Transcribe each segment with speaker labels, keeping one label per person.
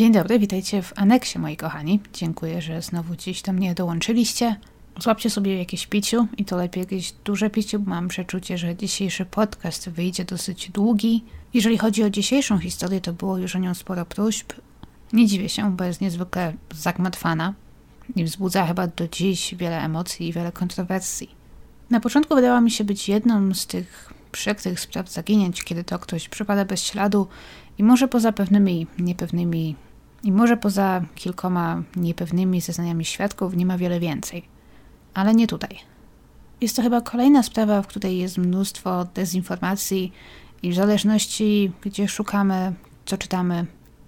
Speaker 1: Dzień dobry, witajcie w aneksie, moi kochani. Dziękuję, że znowu dziś do mnie dołączyliście. Złapcie sobie jakieś piciu i to lepiej jakieś duże piciu, bo mam przeczucie, że dzisiejszy podcast wyjdzie dosyć długi. Jeżeli chodzi o dzisiejszą historię, to było już o nią sporo próśb. Nie dziwię się, bo jest niezwykle zagmatwana i wzbudza chyba do dziś wiele emocji i wiele kontrowersji. Na początku wydała mi się być jedną z tych przykrych spraw zaginięć, kiedy to ktoś przepada bez śladu i może poza kilkoma niepewnymi zeznaniami świadków nie ma wiele więcej. Ale nie tutaj. Jest to chyba kolejna sprawa, w której jest mnóstwo dezinformacji i w zależności, gdzie szukamy, co czytamy,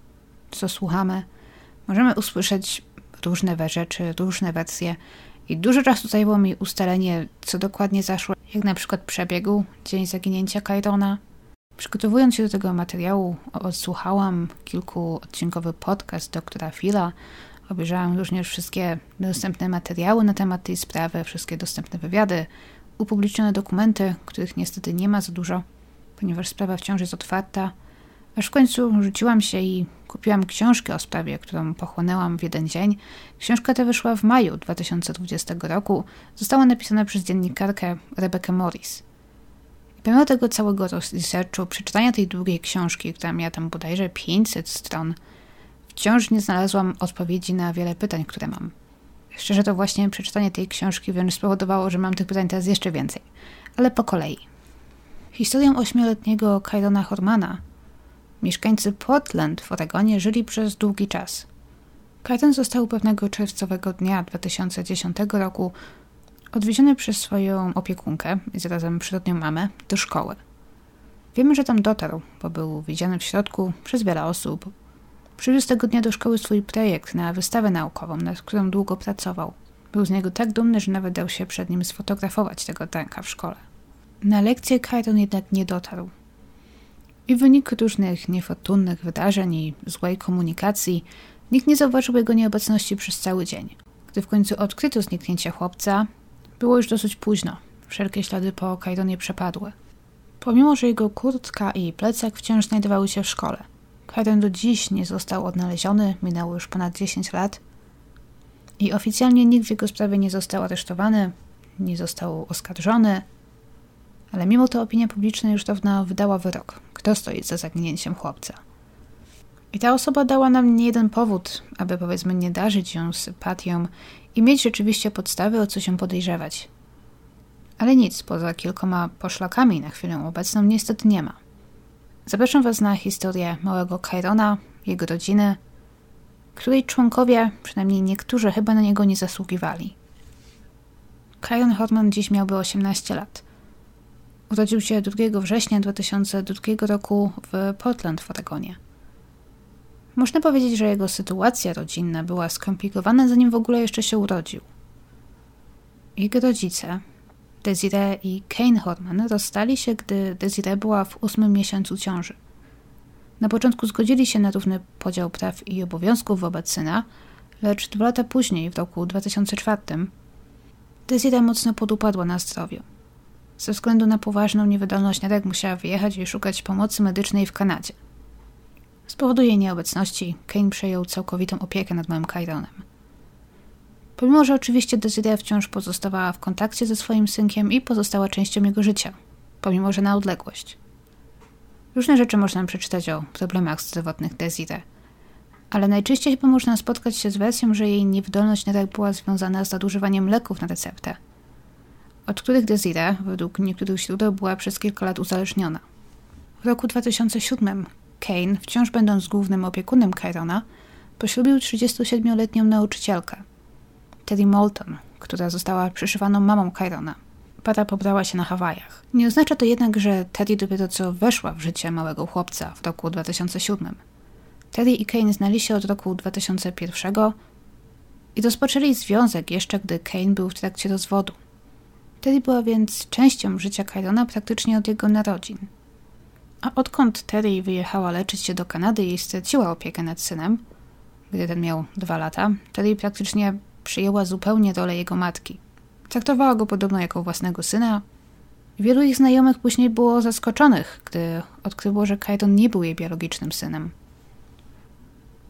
Speaker 1: co słuchamy, możemy usłyszeć różne rzeczy, różne wersje i dużo czasu zajęło mi ustalenie, co dokładnie zaszło, jak na przykład przebiegł dzień zaginięcia Kyrona. Przygotowując się do tego materiału, odsłuchałam kilkuodcinkowy podcast doktora Phila, obejrzałam również wszystkie dostępne materiały na temat tej sprawy, wszystkie dostępne wywiady, upublicznione dokumenty, których niestety nie ma za dużo, ponieważ sprawa wciąż jest otwarta, aż w końcu rzuciłam się i kupiłam książkę o sprawie, którą pochłonęłam w jeden dzień. Książka ta wyszła w maju 2020 roku, została napisana przez dziennikarkę Rebecca Morris. Pomimo tego całego researchu, przeczytania tej długiej książki, która miała tam bodajże 500 stron, wciąż nie znalazłam odpowiedzi na wiele pytań, które mam. Szczerze to właśnie przeczytanie tej książki wręcz spowodowało, że mam tych pytań teraz jeszcze więcej. Ale po kolei. Historią 8-letniego Kyrona Hormana mieszkańcy Portland w Oregonie żyli przez długi czas. Kyron został pewnego czerwcowego dnia 2010 roku odwieziony przez swoją opiekunkę i zarazem przyrodnią mamę do szkoły. Wiemy, że tam dotarł, bo był widziany w środku przez wiele osób. Przywiózł tego dnia do szkoły swój projekt na wystawę naukową, nad którą długo pracował. Był z niego tak dumny, że nawet dał się przed nim sfotografować tego tanka w szkole. Na lekcję Kyron jednak nie dotarł. I w wyniku różnych niefortunnych wydarzeń i złej komunikacji nikt nie zauważył jego nieobecności przez cały dzień. Gdy w końcu odkryto zniknięcie chłopca, było już dosyć późno. Wszelkie ślady po Kyronie przepadły. Pomimo, że jego kurtka i plecak wciąż znajdowały się w szkole. Kyron do dziś nie został odnaleziony, minęło już ponad 10 lat i oficjalnie nikt w jego sprawie nie został aresztowany, nie został oskarżony, ale mimo to opinia publiczna już dawno wydała wyrok, kto stoi za zaginięciem chłopca. I ta osoba dała nam nie jeden powód, aby powiedzmy nie darzyć ją sympatią i mieć rzeczywiście podstawy, o co się podejrzewać. Ale nic, poza kilkoma poszlakami na chwilę obecną niestety nie ma. Zapraszam Was na historię małego Kyrona, jego rodziny, której członkowie, przynajmniej niektórzy, chyba na niego nie zasługiwali. Kyron Horman dziś miałby 18 lat. Urodził się 2 września 2002 roku w Portland w Oregonie. Można powiedzieć, że jego sytuacja rodzinna była skomplikowana, zanim w ogóle jeszcze się urodził. Jego rodzice, Desiree i Kane Horman, rozstali się, gdy Desiree była w 8. miesiącu ciąży. Na początku zgodzili się na równy podział praw i obowiązków wobec syna, lecz 2 lata później, w roku 2004, Desiree mocno podupadła na zdrowiu. Ze względu na poważną niewydolność nader musiała wyjechać i szukać pomocy medycznej w Kanadzie. Z powodu jej nieobecności Kane przejął całkowitą opiekę nad małym Kyronem. Pomimo, że oczywiście Desiree wciąż pozostawała w kontakcie ze swoim synkiem i pozostała częścią jego życia, pomimo, że na odległość. Różne rzeczy można przeczytać o problemach zdrowotnych Desiree, ale najczęściej chyba można spotkać się z wersją, że jej niewydolność nader była związana z nadużywaniem leków na receptę, od których Desiree, według niektórych źródeł, była przez kilka lat uzależniona. W roku 2007 Kane, wciąż będąc głównym opiekunem Kyrona, poślubił 37-letnią nauczycielkę, Terry Moulton, która została przyszywaną mamą Kyrona. Para pobrała się na Hawajach. Nie oznacza to jednak, że Terry dopiero co weszła w życie małego chłopca w roku 2007. Terry i Kane znali się od roku 2001 i rozpoczęli związek jeszcze, gdy Kane był w trakcie rozwodu. Terry była więc częścią życia Kyrona praktycznie od jego narodzin. A odkąd Terry wyjechała leczyć się do Kanady i straciła opiekę nad synem, gdy ten miał 2 lata, Terry praktycznie przyjęła zupełnie rolę jego matki. Traktowała go podobno jako własnego syna. Wielu ich znajomych później było zaskoczonych, gdy odkryło, że Kyron nie był jej biologicznym synem.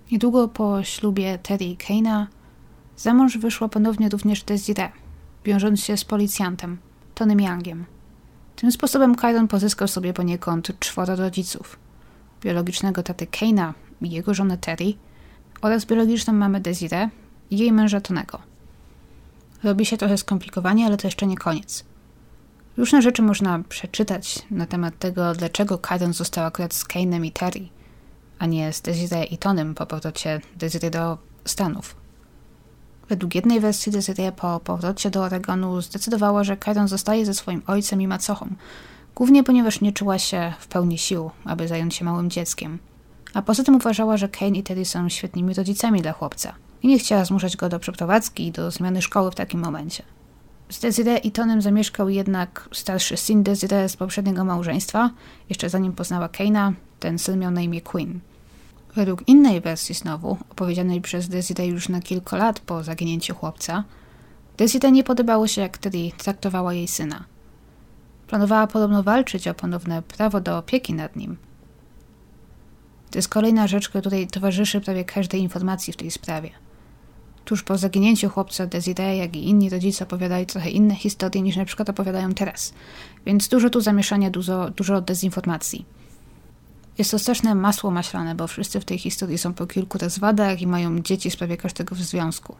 Speaker 1: Niedługo po ślubie Terry i Kane'a za mąż wyszła ponownie również Desiree, wiążąc się z policjantem, Tonym Youngiem. Tym sposobem Chiron pozyskał sobie poniekąd 4 rodziców. Biologicznego taty Kane'a i jego żonę Terry oraz biologiczną mamę Desiree i jej męża Tonego. Robi się trochę skomplikowanie, ale to jeszcze nie koniec. Różne rzeczy można przeczytać na temat tego, dlaczego Chiron został akurat z Kane'em i Terry, a nie z Desiree i Tonym po powrocie Desiree do Stanów. Według jednej wersji Desiree po powrocie do Oregonu zdecydowała, że Chiron zostaje ze swoim ojcem i macochą, głównie ponieważ nie czuła się w pełni sił, aby zająć się małym dzieckiem. A poza tym uważała, że Kane i Terry są świetnymi rodzicami dla chłopca i nie chciała zmuszać go do przeprowadzki i do zmiany szkoły w takim momencie. Z Desiree i Tonem zamieszkał jednak starszy syn Desiree z poprzedniego małżeństwa, jeszcze zanim poznała Kane'a. Ten syn miał na imię Quinn. Według innej wersji znowu, opowiedzianej przez Desiree już na kilka lat po zaginięciu chłopca, Desiree nie podobało się, jak Terry traktowała jej syna. Planowała podobno walczyć o ponowne prawo do opieki nad nim. To jest kolejna rzecz, której towarzyszy prawie każdej informacji w tej sprawie. Tuż po zaginięciu chłopca Desiree, jak i inni rodzice opowiadali trochę inne historie niż na przykład opowiadają teraz. Więc dużo tu zamieszania, dużo dezinformacji. Jest to straszne masło maślane, bo wszyscy w tej historii są po kilku rozwadach i mają dzieci z prawie każdego w związku.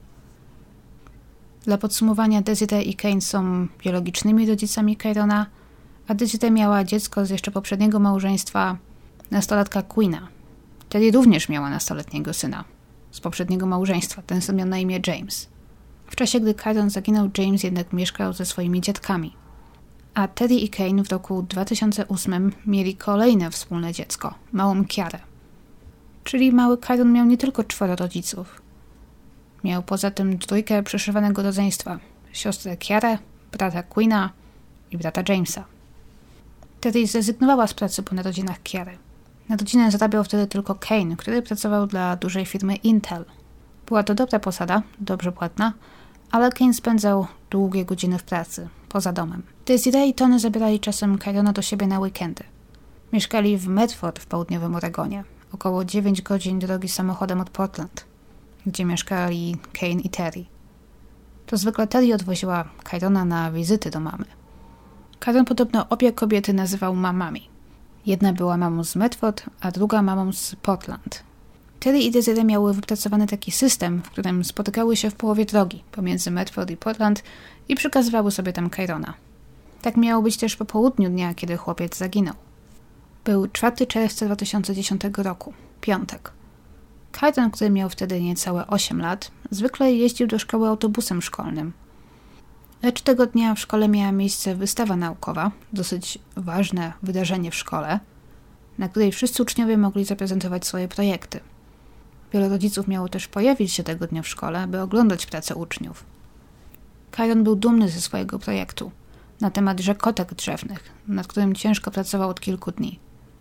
Speaker 1: Dla podsumowania, Desiree i Kane są biologicznymi rodzicami Chirona, a Desiree miała dziecko z jeszcze poprzedniego małżeństwa, nastolatka Quinna. Terry również miała nastoletniego syna z poprzedniego małżeństwa. Ten syn miał na imię James. W czasie, gdy Chiron zaginął, James jednak mieszkał ze swoimi dziadkami. A Terry i Kane w roku 2008 mieli kolejne wspólne dziecko, małą Kiarę. Czyli mały Chiron miał nie tylko 4 rodziców. Miał poza tym 3 przeszywanego rodzeństwa. Siostrę Kiarę, brata Quinna i brata Jamesa. Terry zrezygnowała z pracy po narodzinach Kiary. Na rodzinę zarabiał wtedy tylko Kane, który pracował dla dużej firmy Intel. Była to dobra posada, dobrze płatna, ale Kane spędzał długie godziny w pracy, poza domem. Desiree i Tony zabierali czasem Chirona do siebie na weekendy. Mieszkali w Medford w południowym Oregonie, około 9 godzin drogi samochodem od Portland, gdzie mieszkali Kane i Terry. To zwykle Terry odwoziła Chirona na wizyty do mamy. Chiron podobno obie kobiety nazywał mamami. Jedna była mamą z Medford, a druga mamą z Portland. Terry i Desiree miały wypracowany taki system, w którym spotykały się w połowie drogi pomiędzy Medford i Portland i przekazywały sobie tam Chirona. Tak miało być też po południu dnia, kiedy chłopiec zaginął. Był 4 czerwca 2010 roku, piątek. Chiron, który miał wtedy niecałe 8 lat, zwykle jeździł do szkoły autobusem szkolnym. Lecz tego dnia w szkole miała miejsce wystawa naukowa, dosyć ważne wydarzenie w szkole, na której wszyscy uczniowie mogli zaprezentować swoje projekty. Wielu rodziców miało też pojawić się tego dnia w szkole, by oglądać pracę uczniów. Chiron był dumny ze swojego projektu na temat rzekotek drzewnych, nad którym ciężko pracował od kilku dni.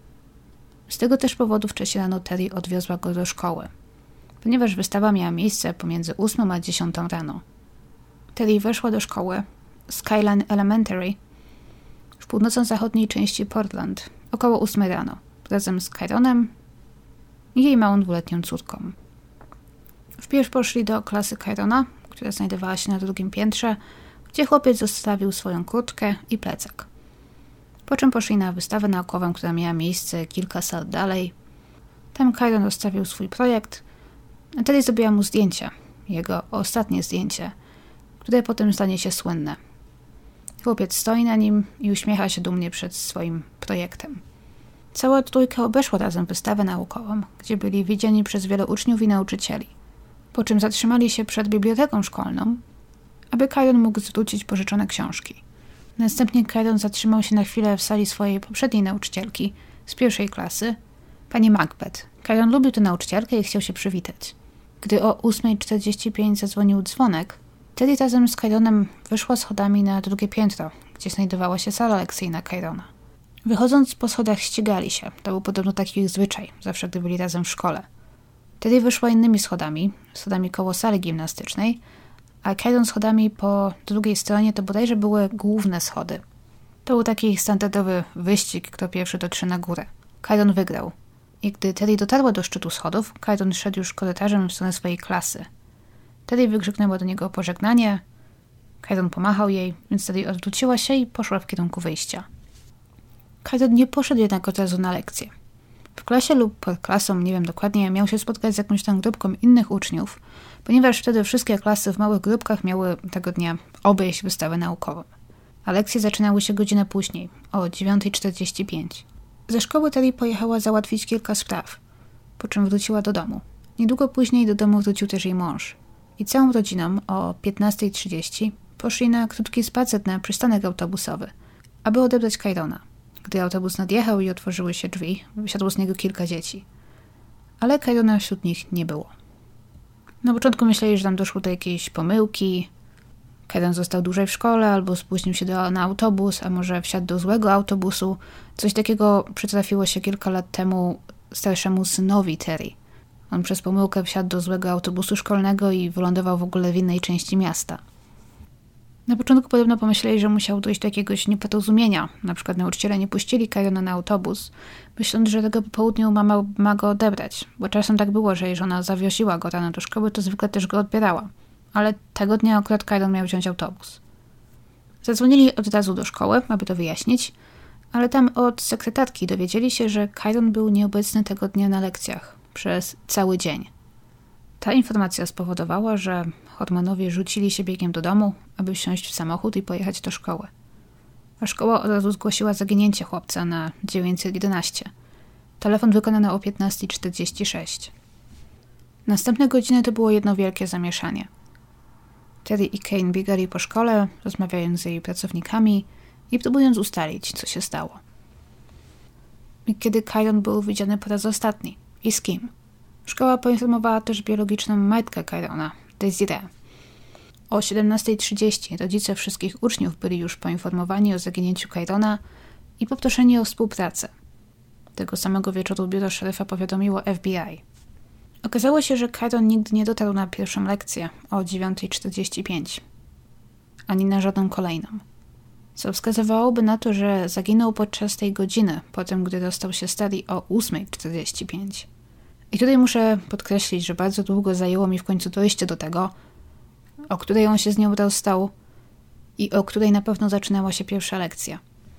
Speaker 1: Z tego też powodu wcześniej rano Terry odwiozła go do szkoły, ponieważ wystawa miała miejsce pomiędzy 8 a 10 rano. Terry weszła do szkoły Skyline Elementary w północno-zachodniej części Portland około 8 rano, razem z Chironem i jej małą 2-letnią córką. Wpierw poszli do klasy Chirona, która znajdowała się na 2. piętrze, gdzie chłopiec zostawił swoją kurtkę i plecak. Po czym poszli na wystawę naukową, która miała miejsce kilka sal dalej. Tam Chiron rozstawił swój projekt, a Terry zrobiła mu zdjęcie, jego ostatnie zdjęcie, które potem stanie się słynne. Chłopiec stoi na nim i uśmiecha się dumnie przed swoim projektem. Cała trójka obeszła razem wystawę naukową, gdzie byli widziani przez wielu uczniów i nauczycieli, po czym zatrzymali się przed biblioteką szkolną, aby Chiron mógł zwrócić pożyczone książki. Następnie Chiron zatrzymał się na chwilę w sali swojej poprzedniej nauczycielki z 1. klasy, pani Macbeth. Chiron lubił tę nauczycielkę i chciał się przywitać. Gdy o 8:45 zadzwonił dzwonek, Terry razem z Chironem wyszła schodami na 2. piętro, gdzie znajdowała się sala lekcyjna Chirona. Wychodząc po schodach ścigali się. To był podobno taki ich zwyczaj, zawsze gdy byli razem w szkole. Terry wyszła innymi schodami koło sali gimnastycznej, a Chiron schodami po drugiej stronie to bodajże były główne schody. To był taki standardowy wyścig, kto pierwszy dotrze na górę. Chiron wygrał. I gdy Terry dotarła do szczytu schodów, Kajton szedł już korytarzem w stronę swojej klasy. Terry wykrzyknęła do niego pożegnanie. Kajton pomachał jej, więc Terry odwróciła się i poszła w kierunku wyjścia. Kajton nie poszedł jednak od razu na lekcję. W klasie lub pod klasą, nie wiem dokładnie, miał się spotkać z jakąś tam grupką innych uczniów, ponieważ wtedy wszystkie klasy w małych grupkach miały tego dnia obejść wystawę naukową. A lekcje zaczynały się godzinę później, o 9:45. Ze szkoły Terry pojechała załatwić kilka spraw, po czym wróciła do domu. Niedługo później do domu wrócił też jej mąż. I całą rodziną o 15:30 poszli na krótki spacer na przystanek autobusowy, aby odebrać Kajtona. Gdy autobus nadjechał i otworzyły się drzwi, wysiadło z niego kilka dzieci. Ale Kajtona wśród nich nie było. Na początku myśleli, że tam doszło do jakiejś pomyłki. Kajton został dłużej w szkole, albo spóźnił się na autobus, a może wsiadł do złego autobusu. Coś takiego przytrafiło się kilka lat temu starszemu synowi Terry. On przez pomyłkę wsiadł do złego autobusu szkolnego i wylądował w ogóle w innej części miasta. Na początku podobno pomyśleli, że musiało dojść do jakiegoś nieporozumienia. Na przykład nauczyciele nie puścili Kajtona na autobus, myśląc, że tego po południu mama ma go odebrać. Bo czasem tak było, że jej żona zawiosiła go rano do szkoły, to zwykle też go odbierała. Ale tego dnia akurat Kajton miał wziąć autobus. Zadzwonili od razu do szkoły, aby to wyjaśnić, ale tam od sekretarki dowiedzieli się, że Kajton był nieobecny tego dnia na lekcjach przez cały dzień. Ta informacja spowodowała, że Hormanowie rzucili się biegiem do domu, aby wsiąść w samochód i pojechać do szkoły. A szkoła od razu zgłosiła zaginięcie chłopca na 911. Telefon wykonano o 15:46. Następne godziny to było jedno wielkie zamieszanie. Terry i Kane biegali po szkole, rozmawiając z jej pracownikami i próbując ustalić, co się stało. I kiedy Kajton był widziany po raz ostatni i z kim? Szkoła poinformowała też biologiczną matkę Kajtona, Desiree. O 17:30 rodzice wszystkich uczniów byli już poinformowani o zaginięciu Kajtona i poproszeni o współpracę. Tego samego wieczoru biuro szeryfa powiadomiło FBI. Okazało się, że Kajton nigdy nie dotarł na pierwszą lekcję o 9:45, ani na żadną kolejną. Co wskazywałoby na to, że zaginął podczas tej godziny, potem gdy dostał się z Terry o 8:45. I tutaj muszę podkreślić, że bardzo długo zajęło mi w końcu dojście do tego, o której on się z nią rozstał i o której na pewno zaczynała się pierwsza lekcja.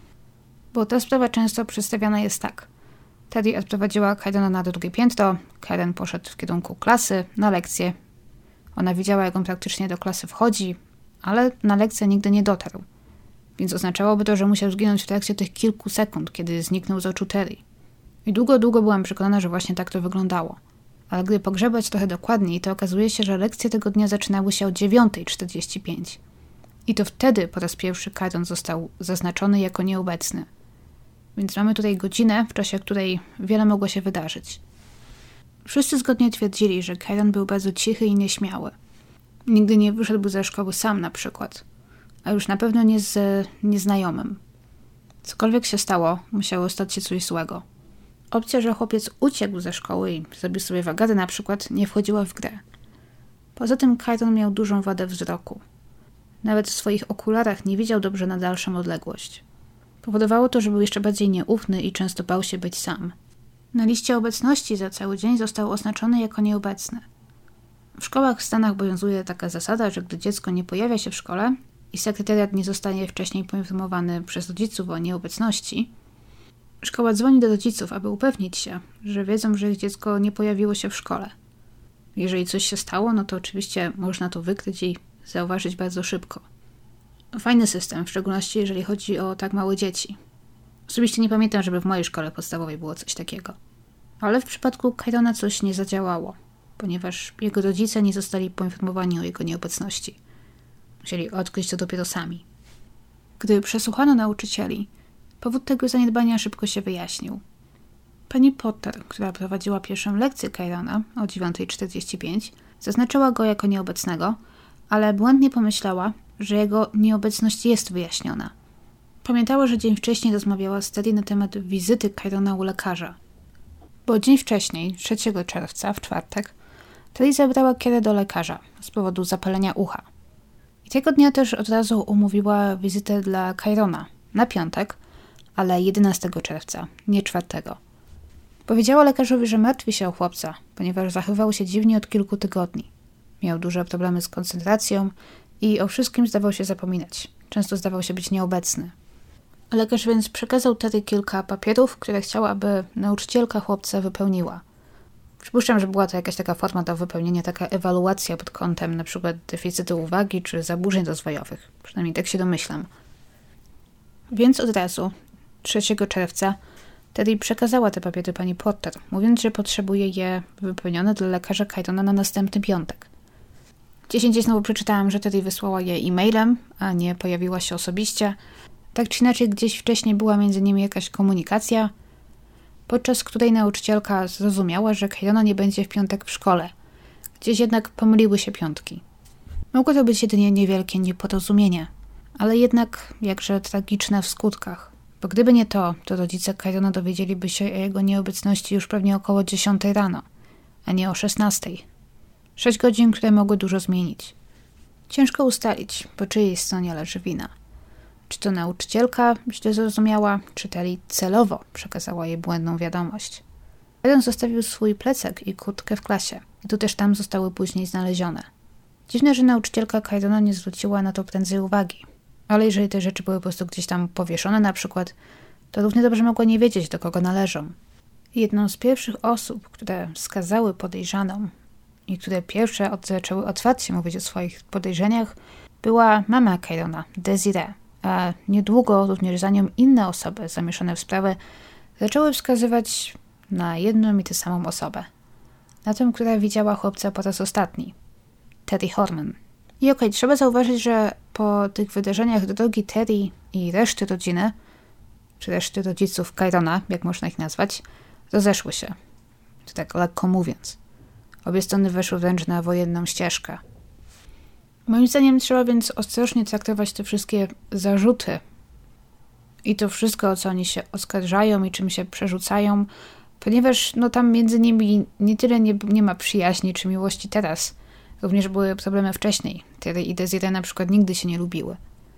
Speaker 1: Bo ta sprawa często przedstawiana jest tak. Terry odprowadziła Kajtona na drugie piętro, Karen poszedł w kierunku klasy na lekcję. Ona widziała, jak on praktycznie do klasy wchodzi, ale na lekcję nigdy nie dotarł. Więc oznaczałoby to, że musiał zginąć w trakcie tych kilku sekund, kiedy zniknął z oczu Terry. I długo byłam przekonana, że właśnie tak to wyglądało. Ale gdy pogrzebać trochę dokładniej, to okazuje się, że lekcje tego dnia zaczynały się o 9:45. I to wtedy po raz pierwszy Kajton został zaznaczony jako nieobecny. Więc mamy tutaj godzinę, w czasie której wiele mogło się wydarzyć. Wszyscy zgodnie twierdzili, że Kajton był bardzo cichy i nieśmiały. Nigdy nie wyszedłby ze szkoły sam na przykład, a już na pewno nie z nieznajomym. Cokolwiek się stało, musiało stać się coś złego. Opcja, że chłopiec uciekł ze szkoły i zrobił sobie wagadę na przykład, nie wchodziła w grę. Poza tym Kajton miał dużą wadę wzroku. Nawet w swoich okularach nie widział dobrze na dalszą odległość. Powodowało to, że był jeszcze bardziej nieufny i często bał się być sam. Na liście obecności za cały dzień został oznaczony jako nieobecny. W szkołach w Stanach obowiązuje taka zasada, że gdy dziecko nie pojawia się w szkole i sekretariat nie zostanie wcześniej poinformowany przez rodziców o nieobecności, szkoła dzwoni do rodziców, aby upewnić się, że wiedzą, że ich dziecko nie pojawiło się w szkole. Jeżeli coś się stało, no to oczywiście można to wykryć i zauważyć bardzo szybko. Fajny system, w szczególności jeżeli chodzi o tak małe dzieci. Osobiście nie pamiętam, żeby w mojej szkole podstawowej było coś takiego. Ale w przypadku Kajtona coś nie zadziałało, ponieważ jego rodzice nie zostali poinformowani o jego nieobecności. Musieli odkryć to dopiero sami. Gdy przesłuchano nauczycieli, powód tego zaniedbania szybko się wyjaśnił. Pani Potter, która prowadziła pierwszą lekcję Kajtona o 9:45, zaznaczyła go jako nieobecnego, ale błędnie pomyślała, że jego nieobecność jest wyjaśniona. Pamiętała, że dzień wcześniej rozmawiała z Terry na temat wizyty Kajtona u lekarza. Bo dzień wcześniej, 3 czerwca, w czwartek, Terry zabrała Kierę do lekarza z powodu zapalenia ucha. I tego dnia też od razu umówiła wizytę dla Kajtona na piątek, ale 11 czerwca, nie 4. Powiedziała lekarzowi, że martwi się o chłopca, ponieważ zachowywał się dziwnie od kilku tygodni. Miał duże problemy z koncentracją i o wszystkim zdawał się zapominać. Często zdawał się być nieobecny. Lekarz więc przekazał Terry kilka papierów, które chciał, aby nauczycielka chłopca wypełniła. Przypuszczam, że była to jakaś taka forma do wypełnienia, taka ewaluacja pod kątem np. deficytu uwagi czy zaburzeń rozwojowych. Przynajmniej tak się domyślam. Więc od razu, 3 czerwca, Terry przekazała te papiery pani Porter, mówiąc, że potrzebuje je wypełnione dla lekarza Cayrona na następny piątek. Gdzieś indziej znowu przeczytałam, że Terry wysłała je e-mailem, a nie pojawiła się osobiście. Tak czy inaczej, gdzieś wcześniej była między nimi jakaś komunikacja, podczas której nauczycielka zrozumiała, że Cayrona nie będzie w piątek w szkole. Gdzieś jednak pomyliły się piątki. Mogło to być jedynie niewielkie nieporozumienie, ale jednak jakże tragiczne w skutkach. Bo gdyby nie to, to rodzice Cayrona dowiedzieliby się o jego nieobecności już pewnie około 10 rano, a nie o 16. 6 godzin, które mogły dużo zmienić. Ciężko ustalić, po czyjej stronie leży wina. Czy to nauczycielka źle zrozumiała, czy Terry celowo przekazała jej błędną wiadomość. Cayron zostawił swój plecak i kurtkę w klasie i tu też tam zostały później znalezione. Dziwne, że nauczycielka Cayrona nie zwróciła na to prędzej uwagi. Ale jeżeli te rzeczy były po prostu gdzieś tam powieszone na przykład, to równie dobrze mogła nie wiedzieć, do kogo należą. Jedną z pierwszych osób, które wskazały podejrzaną i które pierwsze zaczęły otwarcie mówić o swoich podejrzeniach, była mama Cayrona, Desiree, a niedługo również za nią inne osoby zamieszane w sprawę zaczęły wskazywać na jedną i tę samą osobę. Na tę, która widziała chłopca po raz ostatni. Terry Horman. I trzeba zauważyć, że po tych wydarzeniach drogi Terry i reszty rodziny, czy reszty rodziców Cayrona, jak można ich nazwać, rozeszły się. To tak lekko mówiąc. Obie strony weszły wręcz na wojenną ścieżkę. Moim zdaniem trzeba więc ostrożnie traktować te wszystkie zarzuty i to wszystko, o co oni się oskarżają i czym się przerzucają, ponieważ tam między nimi nie tyle nie ma przyjaźni czy miłości teraz. Również były problemy wcześniej. Terry i Desiree na przykład nigdy się nie lubiły.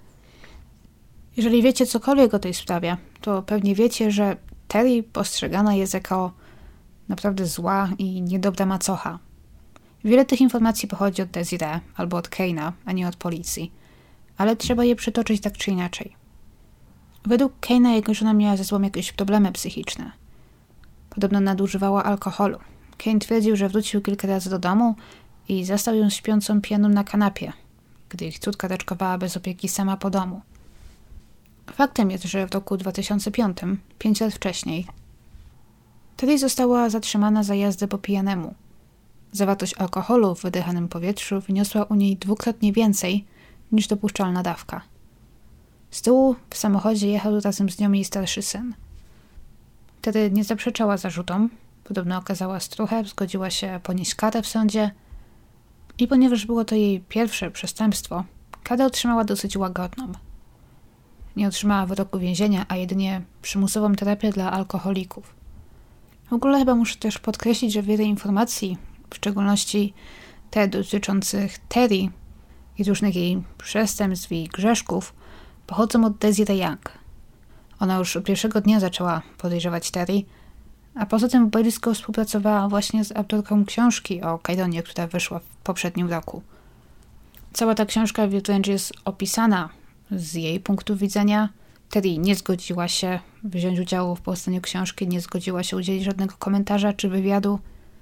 Speaker 1: Jeżeli wiecie cokolwiek o tej sprawie, to pewnie wiecie, że Terry postrzegana jest jako naprawdę zła i niedobra macocha. Wiele tych informacji pochodzi od Desiree albo od Kane'a, a nie od policji. Ale trzeba je przytoczyć tak czy inaczej. Według Kane'a jego żona miała ze sobą jakieś problemy psychiczne. Podobno nadużywała alkoholu. Kane twierdził, że wrócił kilka razy do domu i zastał ją śpiącą pijaną na kanapie, gdy ich córka raczkowała bez opieki sama po domu. Faktem jest, że w roku 2005, 5 lat wcześniej, Terry została zatrzymana za jazdę po pijanemu. Zawartość alkoholu w wydychanym powietrzu wyniosła u niej 2-krotnie więcej niż dopuszczalna dawka. Z tyłu w samochodzie jechał razem z nią jej starszy syn. Terry nie zaprzeczała zarzutom, podobno okazała struchę, zgodziła się ponieść karę w sądzie i ponieważ było to jej pierwsze przestępstwo, karę otrzymała dosyć łagodną. Nie otrzymała wyroku więzienia, a jedynie przymusową terapię dla alkoholików. W ogóle chyba muszę też podkreślić, że wiele informacji, w szczególności te dotyczących Terry i różnych jej przestępstw i grzeszków, pochodzą od Desiree Young. Ona już od pierwszego dnia zaczęła podejrzewać Terry, a poza tym blisko współpracowała właśnie z autorką książki o Cayronie, która wyszła w poprzednim roku. Cała ta książka wręcz jest opisana z jej punktu widzenia. Terry nie zgodziła się wziąć udziału w powstaniu książki, nie zgodziła się udzielić żadnego komentarza czy wywiadu.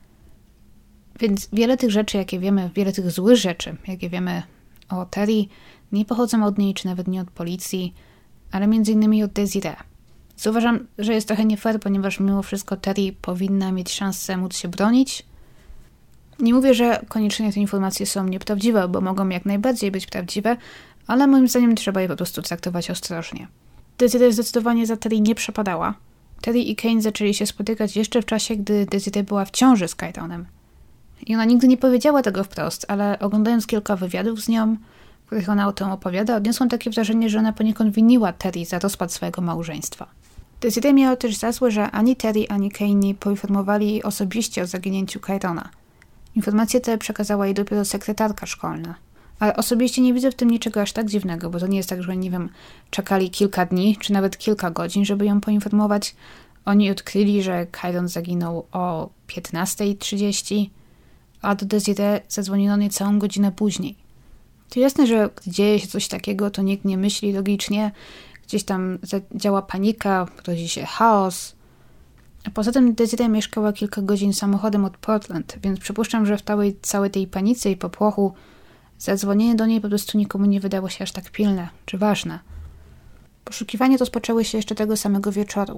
Speaker 1: Więc wiele tych rzeczy, jakie wiemy, wiele tych złych rzeczy, jakie wiemy o Terry, nie pochodzą od niej, czy nawet nie od policji, ale między innymi od Desiree. Co uważam, że jest trochę nie fair, ponieważ mimo wszystko Terry powinna mieć szansę móc się bronić. Nie mówię, że koniecznie te informacje są nieprawdziwe, bo mogą jak najbardziej być prawdziwe, ale moim zdaniem trzeba je po prostu traktować ostrożnie. Desiree zdecydowanie za Terry nie przepadała. Terry i Kane zaczęli się spotykać jeszcze w czasie, gdy Desiree była w ciąży z Cayronem. I ona nigdy nie powiedziała tego wprost, ale oglądając kilka wywiadów z nią, w których ona o tym opowiada, odniosłam takie wrażenie, że ona poniekąd winiła Terry za rozpad swojego małżeństwa. Desiree miała też za złe, że ani Terry, ani Kane nie poinformowali jej osobiście o zaginięciu Cayrona. Informacje te przekazała jej dopiero sekretarka szkolna. Ale osobiście nie widzę w tym niczego aż tak dziwnego, bo to nie jest tak, że, nie wiem, czekali kilka dni, czy nawet kilka godzin, żeby ją poinformować. Oni odkryli, że Chiron zaginął o 15:30, a do Desiree zadzwoniono niecałą godzinę później. To jasne, że gdy dzieje się coś takiego, to nikt nie myśli logicznie, gdzieś tam działa panika, rodzi się chaos. A poza tym Desiree mieszkała kilka godzin samochodem od Portland, więc przypuszczam, że w całej tej panice i popłochu zadzwonienie do niej po prostu nikomu nie wydało się aż tak pilne czy ważne. Poszukiwania rozpoczęły się jeszcze tego samego wieczoru.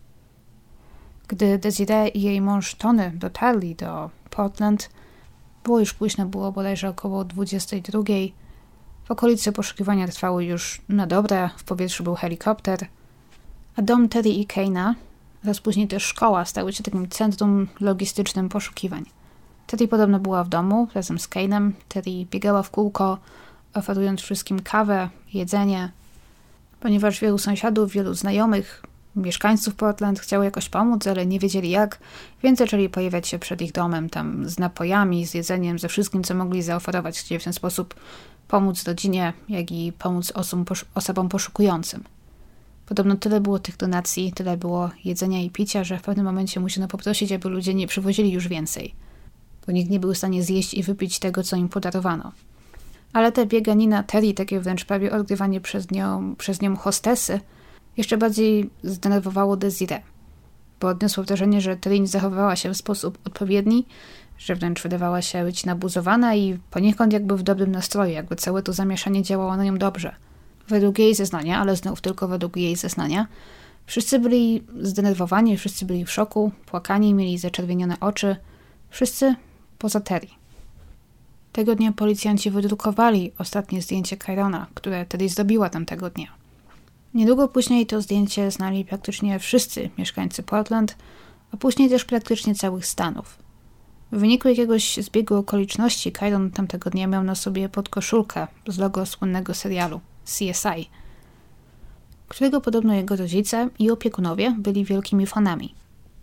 Speaker 1: Gdy Desiree i jej mąż Tony dotarli do Portland, było już późno, było bodajże około 22:00. W okolicy poszukiwania trwały już na dobre, w powietrzu był helikopter, a dom Terry i Kane'a oraz później też szkoła stały się takim centrum logistycznym poszukiwań. Terry podobno była w domu razem z Kane'em. Terry biegała w kółko, oferując wszystkim kawę, jedzenie, ponieważ wielu sąsiadów, wielu znajomych, mieszkańców Portland chciało jakoś pomóc, ale nie wiedzieli jak, więc zaczęli pojawiać się przed ich domem, tam z napojami, z jedzeniem, ze wszystkim, co mogli zaoferować. Chcieli w ten sposób pomóc rodzinie, jak i pomóc osobom poszukującym. Podobno tyle było tych donacji, tyle było jedzenia i picia, że w pewnym momencie musiano poprosić, aby ludzie nie przywozili już więcej, bo nikt nie był w stanie zjeść i wypić tego, co im podarowano. Ale ta bieganina Terry, takie wręcz prawie odgrywanie przez nią hostesy, jeszcze bardziej zdenerwowało Desiree, bo odniosło wrażenie, że Terry nie zachowywała się w sposób odpowiedni, że wręcz wydawała się być nabuzowana i poniekąd jakby w dobrym nastroju, jakby całe to zamieszanie działało na nią dobrze. Według jej zeznania, ale znów tylko według jej zeznania, wszyscy byli zdenerwowani, wszyscy byli w szoku, płakani, mieli zaczerwienione oczy, wszyscy poza Terry. Tego dnia policjanci wydrukowali ostatnie zdjęcie Chirona, które Terry zrobiła tamtego dnia. Niedługo później to zdjęcie znali praktycznie wszyscy mieszkańcy Portland, a później też praktycznie całych Stanów. W wyniku jakiegoś zbiegu okoliczności Chiron tamtego dnia miał na sobie podkoszulkę z logo słynnego serialu CSI, którego podobno jego rodzice i opiekunowie byli wielkimi fanami.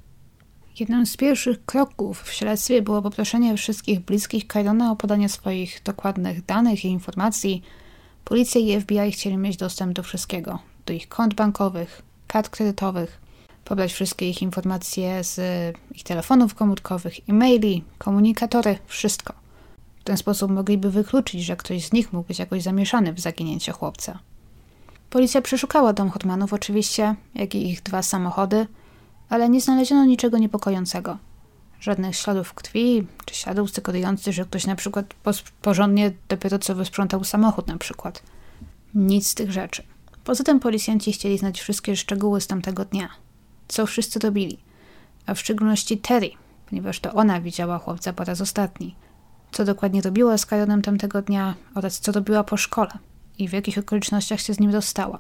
Speaker 1: Jednym z pierwszych kroków w śledztwie było poproszenie wszystkich bliskich Chirona o podanie swoich dokładnych danych i informacji. Policja i FBI chcieli mieć dostęp do wszystkiego, do ich kont bankowych, kart kredytowych, pobrać wszystkie ich informacje z ich telefonów komórkowych, e-maili, komunikatory, wszystko. W ten sposób mogliby wykluczyć, że ktoś z nich mógł być jakoś zamieszany w zaginięcie chłopca. Policja przeszukała dom Hotmanów oczywiście, jak i ich 2 samochody, ale nie znaleziono niczego niepokojącego. Żadnych śladów krwi, czy śladów sugerujących, że ktoś na przykład porządnie dopiero co wysprzątał samochód na przykład. Nic z tych rzeczy. Poza tym policjanci chcieli znać wszystkie szczegóły z tamtego dnia. Co wszyscy robili, a w szczególności Terry, ponieważ to ona widziała chłopca po raz ostatni. Co dokładnie robiła z Chironem tamtego dnia oraz co robiła po szkole i w jakich okolicznościach się z nim rozstała.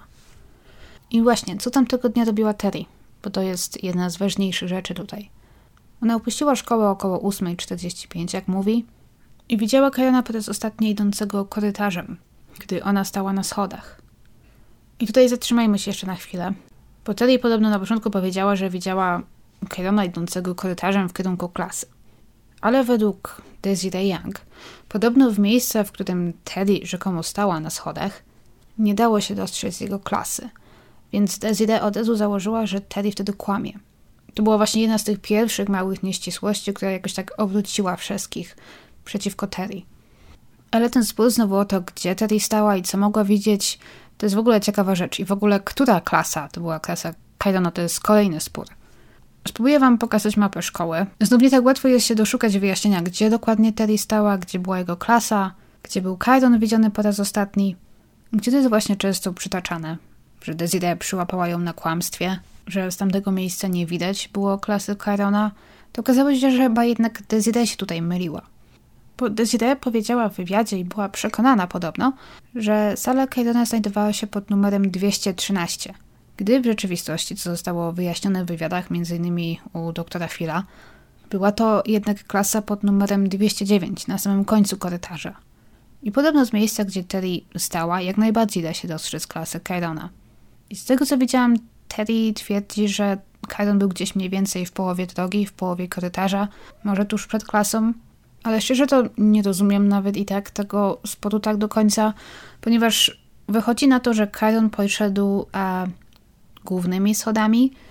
Speaker 1: I właśnie, co tamtego dnia robiła Terry, bo to jest jedna z ważniejszych rzeczy tutaj. Ona opuściła szkołę około 8:45, jak mówi, i widziała Chirona po raz ostatni idącego korytarzem, gdy ona stała na schodach. I tutaj zatrzymajmy się jeszcze na chwilę, bo Terry podobno na początku powiedziała, że widziała Chirona idącego korytarzem w kierunku klasy. Ale według Desiree Young, podobno w miejsce, w którym Terry rzekomo stała na schodach, nie dało się dostrzec jego klasy, więc Desiree od razu założyła, że Terry wtedy kłamie. To była właśnie jedna z tych pierwszych małych nieścisłości, która jakoś tak obróciła wszystkich przeciwko Terry. Ale ten spór znowu o to, gdzie Terry stała i co mogła widzieć, to jest w ogóle ciekawa rzecz. I w ogóle, która klasa to była klasa Chirona, to jest kolejny spór. Spróbuję wam pokazać mapę szkoły. Znów nie tak łatwo jest się doszukać wyjaśnienia, gdzie dokładnie Terry stała, gdzie była jego klasa, gdzie był Chiron widziany po raz ostatni, gdzie to jest właśnie często przytaczane, że Desiree przyłapała ją na kłamstwie, że z tamtego miejsca nie widać było klasy Chirona. To okazało się, że chyba jednak Desiree się tutaj myliła. Bo Desiree powiedziała w wywiadzie i była przekonana podobno, że sala Chirona znajdowała się pod numerem 213, gdy w rzeczywistości, co zostało wyjaśnione w wywiadach, m.in. u doktora Phila, była to jednak klasa pod numerem 209 na samym końcu korytarza. I podobno z miejsca, gdzie Terry stała, jak najbardziej da się dostrzec klasę Chirona. I z tego co widziałam, Terry twierdzi, że Chiron był gdzieś mniej więcej w połowie drogi, w połowie korytarza, może tuż przed klasą, ale szczerze to nie rozumiem nawet i tak tego sporu tak do końca, ponieważ wychodzi na to, że Chiron poszedł głównymi schodami,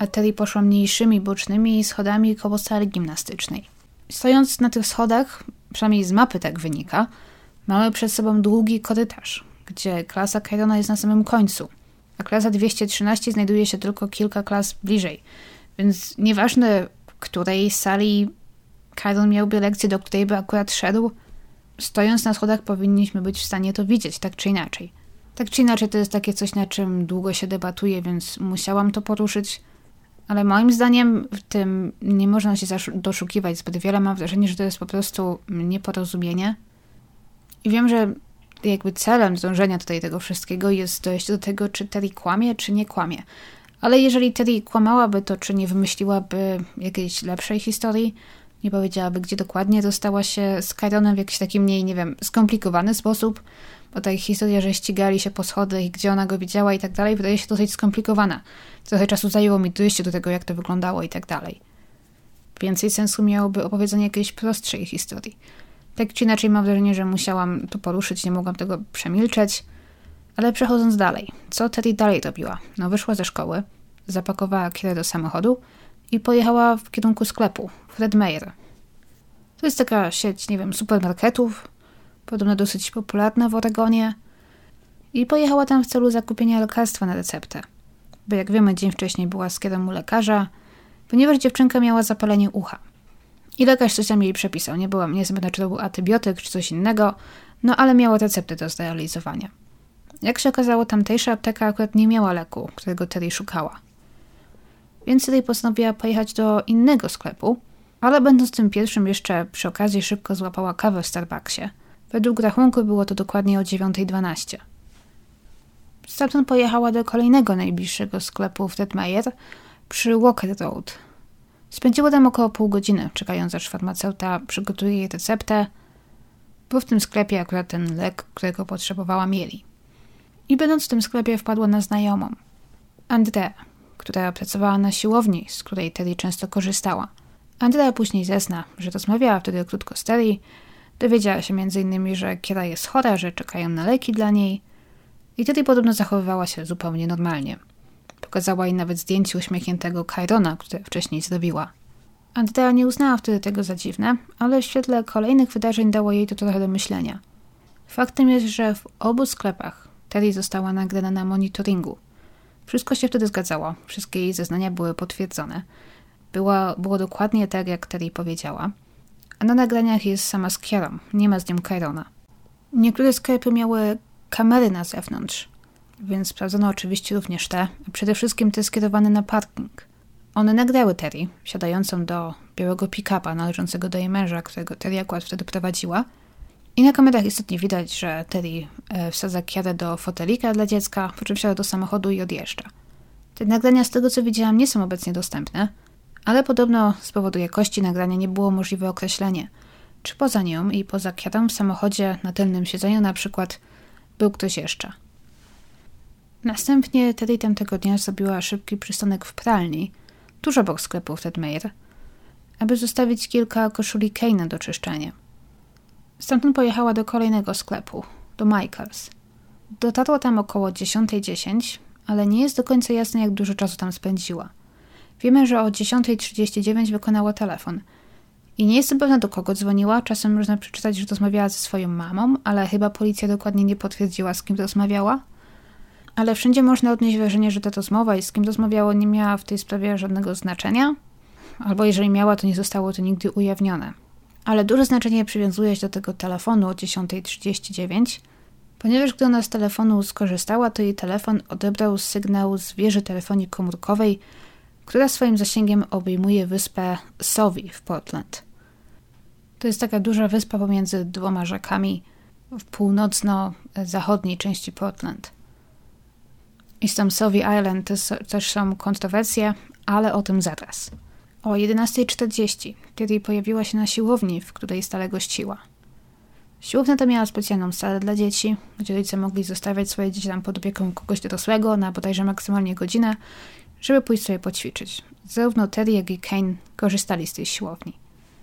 Speaker 1: a Terry poszła mniejszymi, bocznymi schodami koło sali gimnastycznej. Stojąc na tych schodach, przynajmniej z mapy tak wynika, mamy przed sobą długi korytarz, gdzie klasa Chirona jest na samym końcu, a klasa 213 znajduje się tylko kilka klas bliżej, więc nieważne, w której sali Chiron miałby lekcję, do której by akurat szedł, stojąc na schodach powinniśmy być w stanie to widzieć, tak czy inaczej. Tak czy inaczej to jest takie coś, na czym długo się debatuje, więc musiałam to poruszyć, ale moim zdaniem w tym nie można się doszukiwać zbyt wiele. Mam wrażenie, że to jest po prostu nieporozumienie. I wiem, że jakby celem dążenia tutaj tego wszystkiego jest dojście do tego, czy Terry kłamie, czy nie kłamie. Ale jeżeli Terry kłamałaby, to czy nie wymyśliłaby jakiejś lepszej historii? Nie powiedziałaby, gdzie dokładnie dostała się z Chironem w jakiś taki mniej, nie wiem, skomplikowany sposób, bo ta ich historia, że ścigali się po schodach i gdzie ona go widziała i tak dalej, wydaje się dosyć skomplikowana. Trochę czasu zajęło mi dojście do tego, jak to wyglądało i tak dalej. Więcej sensu miałoby opowiedzenie jakiejś prostszej historii. Tak czy inaczej mam wrażenie, że musiałam to poruszyć, nie mogłam tego przemilczeć. Ale przechodząc dalej, co Terry dalej robiła? No wyszła ze szkoły, zapakowała Kierę do samochodu i pojechała w kierunku sklepu Fred Meyer. To jest taka sieć, nie wiem, supermarketów, podobno dosyć popularna w Oregonie. I pojechała tam w celu zakupienia lekarstwa na receptę. Bo jak wiemy, dzień wcześniej była z Kierą u lekarza, ponieważ dziewczynka miała zapalenie ucha. I lekarz coś tam jej przepisał. Nie wiem, czy to był antybiotyk, czy coś innego, no ale miała receptę do zrealizowania. Jak się okazało, tamtejsza apteka akurat nie miała leku, którego Terry szukała. Więc Terry postanowiła pojechać do innego sklepu, ale będąc tym pierwszym jeszcze przy okazji szybko złapała kawę w Starbucksie. Według rachunku było to dokładnie o 9:12. Stamtąd pojechała do kolejnego najbliższego sklepu Fred Meyer przy Walker Road. Spędziła tam około pół godziny, czekając aż farmaceuta przygotuje jej receptę, bo w tym sklepie akurat ten lek, którego potrzebowała, mieli. I będąc w tym sklepie wpadła na znajomą, Andrea, która pracowała na siłowni, z której Terry często korzystała. Andrea później zezna, że rozmawiała wtedy krótko z Terry, dowiedziała się m.in., że Kiera jest chora, że czekają na leki dla niej i Terry podobno zachowywała się zupełnie normalnie. Pokazała jej nawet zdjęcie uśmiechniętego Chirona, które wcześniej zrobiła. Andrea nie uznała wtedy tego za dziwne, ale w świetle kolejnych wydarzeń dało jej to trochę do myślenia. Faktem jest, że w obu sklepach Terry została nagrana na monitoringu. Wszystko się wtedy zgadzało, wszystkie jej zeznania były potwierdzone. Było dokładnie tak, jak Terry powiedziała. A na nagraniach jest sama z Kierą, nie ma z nią Chirona. Niektóre sklepy miały kamery na zewnątrz, więc sprawdzono oczywiście również te, a przede wszystkim te skierowane na parking. One nagrały Terry, wsiadającą do białego pick-upa należącego do jej męża, którego Terry akurat wtedy prowadziła. I na kamerach istotnie widać, że Terry wsadza Kierę do fotelika dla dziecka, po czym wsiada do samochodu i odjeżdża. Te nagrania, z tego co widziałam, nie są obecnie dostępne, ale podobno z powodu jakości nagrania nie było możliwe określenie, czy poza nią i poza Kierą w samochodzie na tylnym siedzeniu na przykład był ktoś jeszcze. Następnie Terry tamtego dnia zrobiła szybki przystanek w pralni, tuż obok sklepu Fred Meyer, aby zostawić kilka koszuli Kane'a do czyszczenia. Stamtąd pojechała do kolejnego sklepu, do Michael's. Dotarła tam około 10:10, ale nie jest do końca jasne, jak dużo czasu tam spędziła. Wiemy, że o 10:39 wykonała telefon. I nie jestem pewna, do kogo dzwoniła. Czasem można przeczytać, że rozmawiała ze swoją mamą, ale chyba policja dokładnie nie potwierdziła, z kim rozmawiała. Ale wszędzie można odnieść wrażenie, że ta rozmowa i z kim rozmawiało nie miała w tej sprawie żadnego znaczenia. Albo jeżeli miała, to nie zostało to nigdy ujawnione. Ale duże znaczenie przywiązuje się do tego telefonu o 10:39, ponieważ gdy ona z telefonu skorzystała, to jej telefon odebrał sygnał z wieży telefonii komórkowej, która swoim zasięgiem obejmuje wyspę Sauvie w Portland. To jest taka duża wyspa pomiędzy dwoma rzekami w północno-zachodniej części Portland. I z tą Sauvie Island też są kontrowersje, ale o tym zaraz. O 11:40 Terry pojawiła się na siłowni, w której stale gościła. Siłownia ta miała specjalną salę dla dzieci, gdzie rodzice mogli zostawiać swoje dzieci tam pod opieką kogoś dorosłego na bodajże maksymalnie godzinę, żeby pójść sobie poćwiczyć. Zarówno Terry, jak i Kane korzystali z tej siłowni.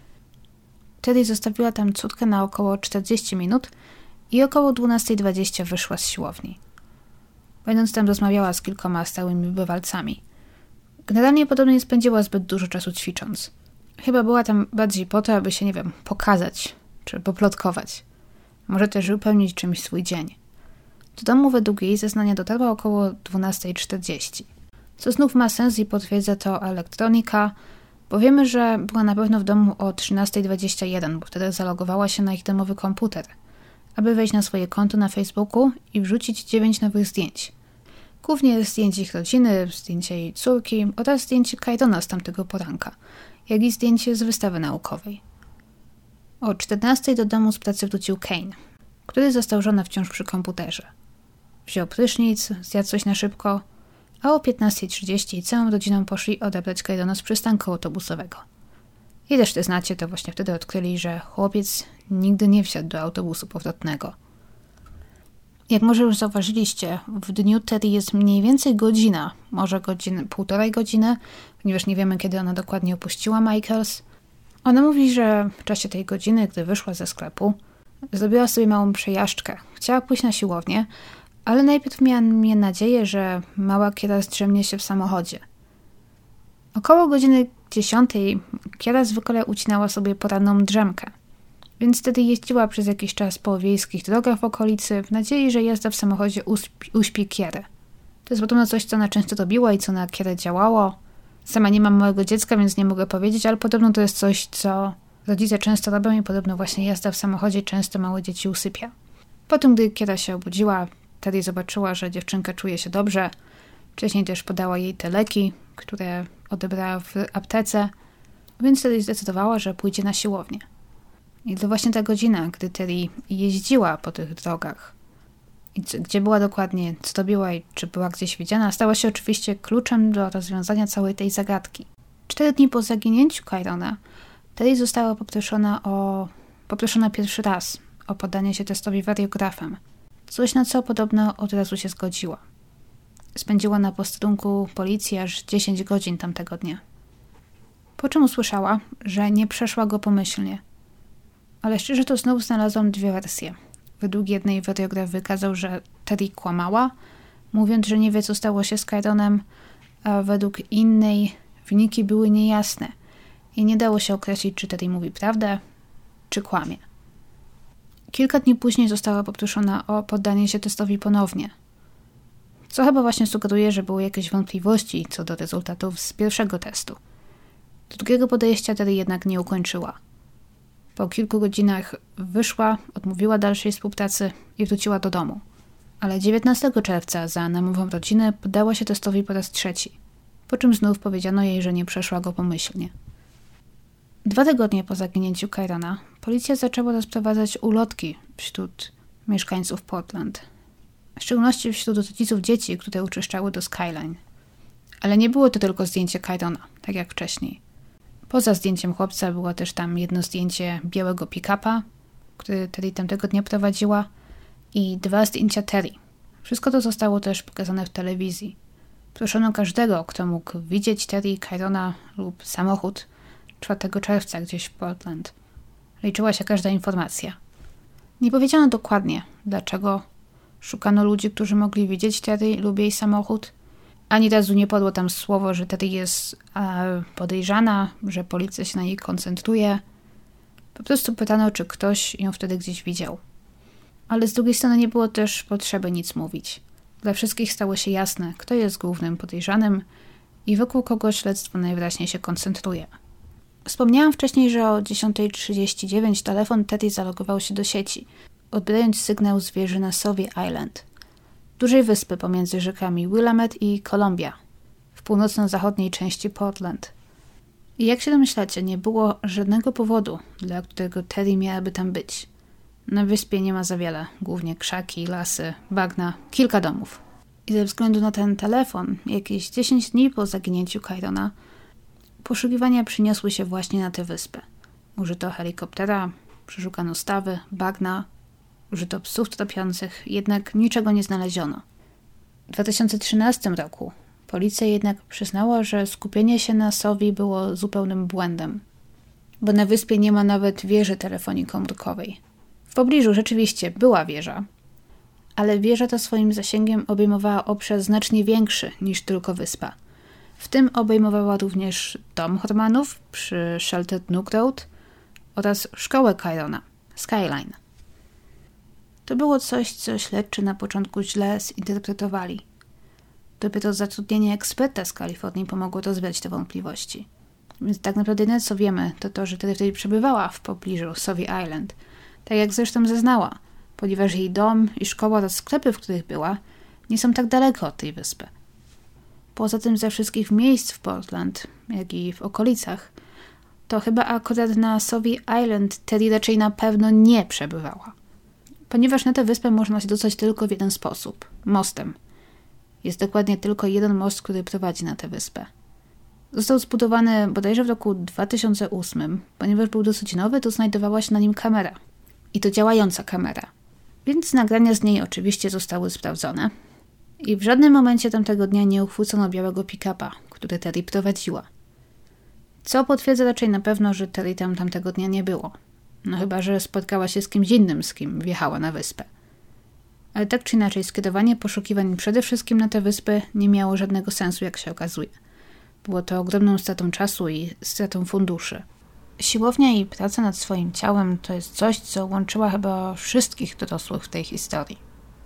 Speaker 1: Terry zostawiła tam córkę na około 40 minut i około 12:20 wyszła z siłowni. Będąc tam rozmawiała z kilkoma stałymi bywalcami. Generalnie podobno nie spędziła zbyt dużo czasu ćwicząc. Chyba była tam bardziej po to, aby się, pokazać czy poplotkować. Może też wypełnić czymś swój dzień. Do domu według jej zeznania dotarła około 12:40. Co znów ma sens i potwierdza to elektronika, bo wiemy, że była na pewno w domu o 13:21, bo wtedy zalogowała się na ich domowy komputer, aby wejść na swoje konto na Facebooku i wrzucić 9 nowych zdjęć. Głównie zdjęcie ich rodziny, zdjęcie jej córki oraz zdjęcie Kyrona z tamtego poranka, jak i zdjęcie z wystawy naukowej. O 14:00 do domu z pracy wrócił Kane, który został żonę wciąż przy komputerze. Wziął prysznic, zjadł coś na szybko, a o 15:30 całą rodziną poszli odebrać Kyrona z przystanku autobusowego. I też te znacie, to właśnie wtedy odkryli, że chłopiec nigdy nie wsiadł do autobusu powrotnego. Jak może już zauważyliście, w dniu Terry jest mniej więcej godzina, może półtorej godziny, ponieważ nie wiemy, kiedy ona dokładnie opuściła Michaels. Ona mówi, że w czasie tej godziny, gdy wyszła ze sklepu, zrobiła sobie małą przejażdżkę. Chciała pójść na siłownię, ale najpierw miała nadzieję, że mała Kiera zdrzemnie się w samochodzie. Około godziny 10:00 Kiera zwykle ucinała sobie poranną drzemkę, więc wtedy jeździła przez jakiś czas po wiejskich drogach w okolicy w nadziei, że jazda w samochodzie uśpi Kierę. To jest podobno coś, co ona często robiła i co na Kierę działało. Sama nie mam małego dziecka, więc nie mogę powiedzieć, ale podobno to jest coś, co rodzice często robią i podobno właśnie jazda w samochodzie często małe dzieci usypia. Potem, gdy Kiera się obudziła, Terry zobaczyła, że dziewczynka czuje się dobrze. Wcześniej też podała jej te leki, które odebrała w aptece, więc Terry zdecydowała, że pójdzie na siłownię. I to właśnie ta godzina, gdy Terry jeździła po tych drogach i gdzie była dokładnie, co robiła i czy była gdzieś widziana, stała się oczywiście kluczem do rozwiązania całej tej zagadki. 4 dni po zaginięciu Kyrona, Terry została poproszona pierwszy raz o poddanie się testowi wariografem. Coś, na co podobno od razu się zgodziła. Spędziła na posterunku policji aż 10 godzin tamtego dnia. Po czym usłyszała, że nie przeszła go pomyślnie. Ale szczerze to znów znalazłam 2 wersje. Według jednej wariograf wykazał, że Terry kłamała, mówiąc, że nie wie, co stało się z Kyronem, a według innej wyniki były niejasne i nie dało się określić, czy Terry mówi prawdę, czy kłamie. Kilka dni później została poproszona o poddanie się testowi ponownie, co chyba właśnie sugeruje, że były jakieś wątpliwości co do rezultatów z pierwszego testu. Do drugiego podejścia Terry jednak nie ukończyła. Po kilku godzinach wyszła, odmówiła dalszej współpracy i wróciła do domu. Ale 19 czerwca za namową rodziny poddała się testowi po raz 3, po czym znów powiedziano jej, że nie przeszła go pomyślnie. 2 tygodnie po zaginięciu Kyrona policja zaczęła rozprowadzać ulotki wśród mieszkańców Portland. W szczególności wśród rodziców dzieci, które uczęszczały do Skyline. Ale nie było to tylko zdjęcie Kyrona, tak jak wcześniej. Poza zdjęciem chłopca było też tam jedno zdjęcie białego pick-upa, który Terry tamtego dnia prowadziła, i 2 zdjęcia Terry. Wszystko to zostało też pokazane w telewizji. Proszono każdego, kto mógł widzieć Terry, Kyrona lub samochód 4 czerwca gdzieś w Portland. Liczyła się każda informacja. Nie powiedziano dokładnie, dlaczego szukano ludzi, którzy mogli widzieć Terry lub jej samochód. Ani razu nie padło tam słowo, że Terry jest podejrzana, że policja się na niej koncentruje. Po prostu pytano, czy ktoś ją wtedy gdzieś widział. Ale z drugiej strony nie było też potrzeby nic mówić. Dla wszystkich stało się jasne, kto jest głównym podejrzanym i wokół kogo śledztwo najwyraźniej się koncentruje. Wspomniałam wcześniej, że o 10:39 telefon Terry zalogował się do sieci, odbierając sygnał z wieży na Sauvie Island, dużej wyspy pomiędzy rzekami Willamette i Columbia, w północno-zachodniej części Portland. I jak się domyślacie, nie było żadnego powodu, dla którego Terry miałaby tam być. Na wyspie nie ma za wiele, głównie krzaki, lasy, bagna, kilka domów. I ze względu na ten telefon, jakieś 10 dni po zaginięciu Kyrona, poszukiwania przyniosły się właśnie na tę wyspę. Użyto helikoptera, przeszukano stawy, bagna, użyto psów tropiących, jednak niczego nie znaleziono. W 2013 roku policja jednak przyznała, że skupienie się na Sauvie było zupełnym błędem, bo na wyspie nie ma nawet wieży telefonii komórkowej. W pobliżu rzeczywiście była wieża, ale wieża ta swoim zasięgiem obejmowała obszar znacznie większy niż tylko wyspa, W tym obejmowała również dom Hormanów przy Sheltered Nook Road oraz szkołę Chirona, Skyline. To było coś, co śledczy na początku źle zinterpretowali. Dopiero zatrudnienie eksperta z Kalifornii pomogło rozwiać te wątpliwości. Więc tak naprawdę jedyne co wiemy, to to, że wtedy przebywała w pobliżu Sauvie Island. Tak jak zresztą zeznała, ponieważ jej dom i szkoła oraz sklepy, w których była, nie są tak daleko od tej wyspy. Poza tym ze wszystkich miejsc w Portland, jak i w okolicach, to chyba akurat na Sauvie Island Terry raczej na pewno nie przebywała. Ponieważ na tę wyspę można się dostać tylko w jeden sposób – mostem. Jest dokładnie tylko jeden most, który prowadzi na tę wyspę. Został zbudowany bodajże w roku 2008, ponieważ był dosyć nowy, to znajdowała się na nim kamera. I to działająca kamera. Więc nagrania z niej oczywiście zostały sprawdzone. I w żadnym momencie tamtego dnia nie uchwycono białego pick-upa, który Terry prowadziła. Co potwierdza raczej na pewno, że Terry tam tamtego dnia nie było. No chyba, że spotkała się z kimś innym, z kim wjechała na wyspę. Ale tak czy inaczej, skierowanie poszukiwań przede wszystkim na tę wyspę nie miało żadnego sensu, jak się okazuje. Było to ogromną stratą czasu i stratą funduszy. Siłownia i praca nad swoim ciałem to jest coś, co łączyła chyba wszystkich dorosłych w tej historii.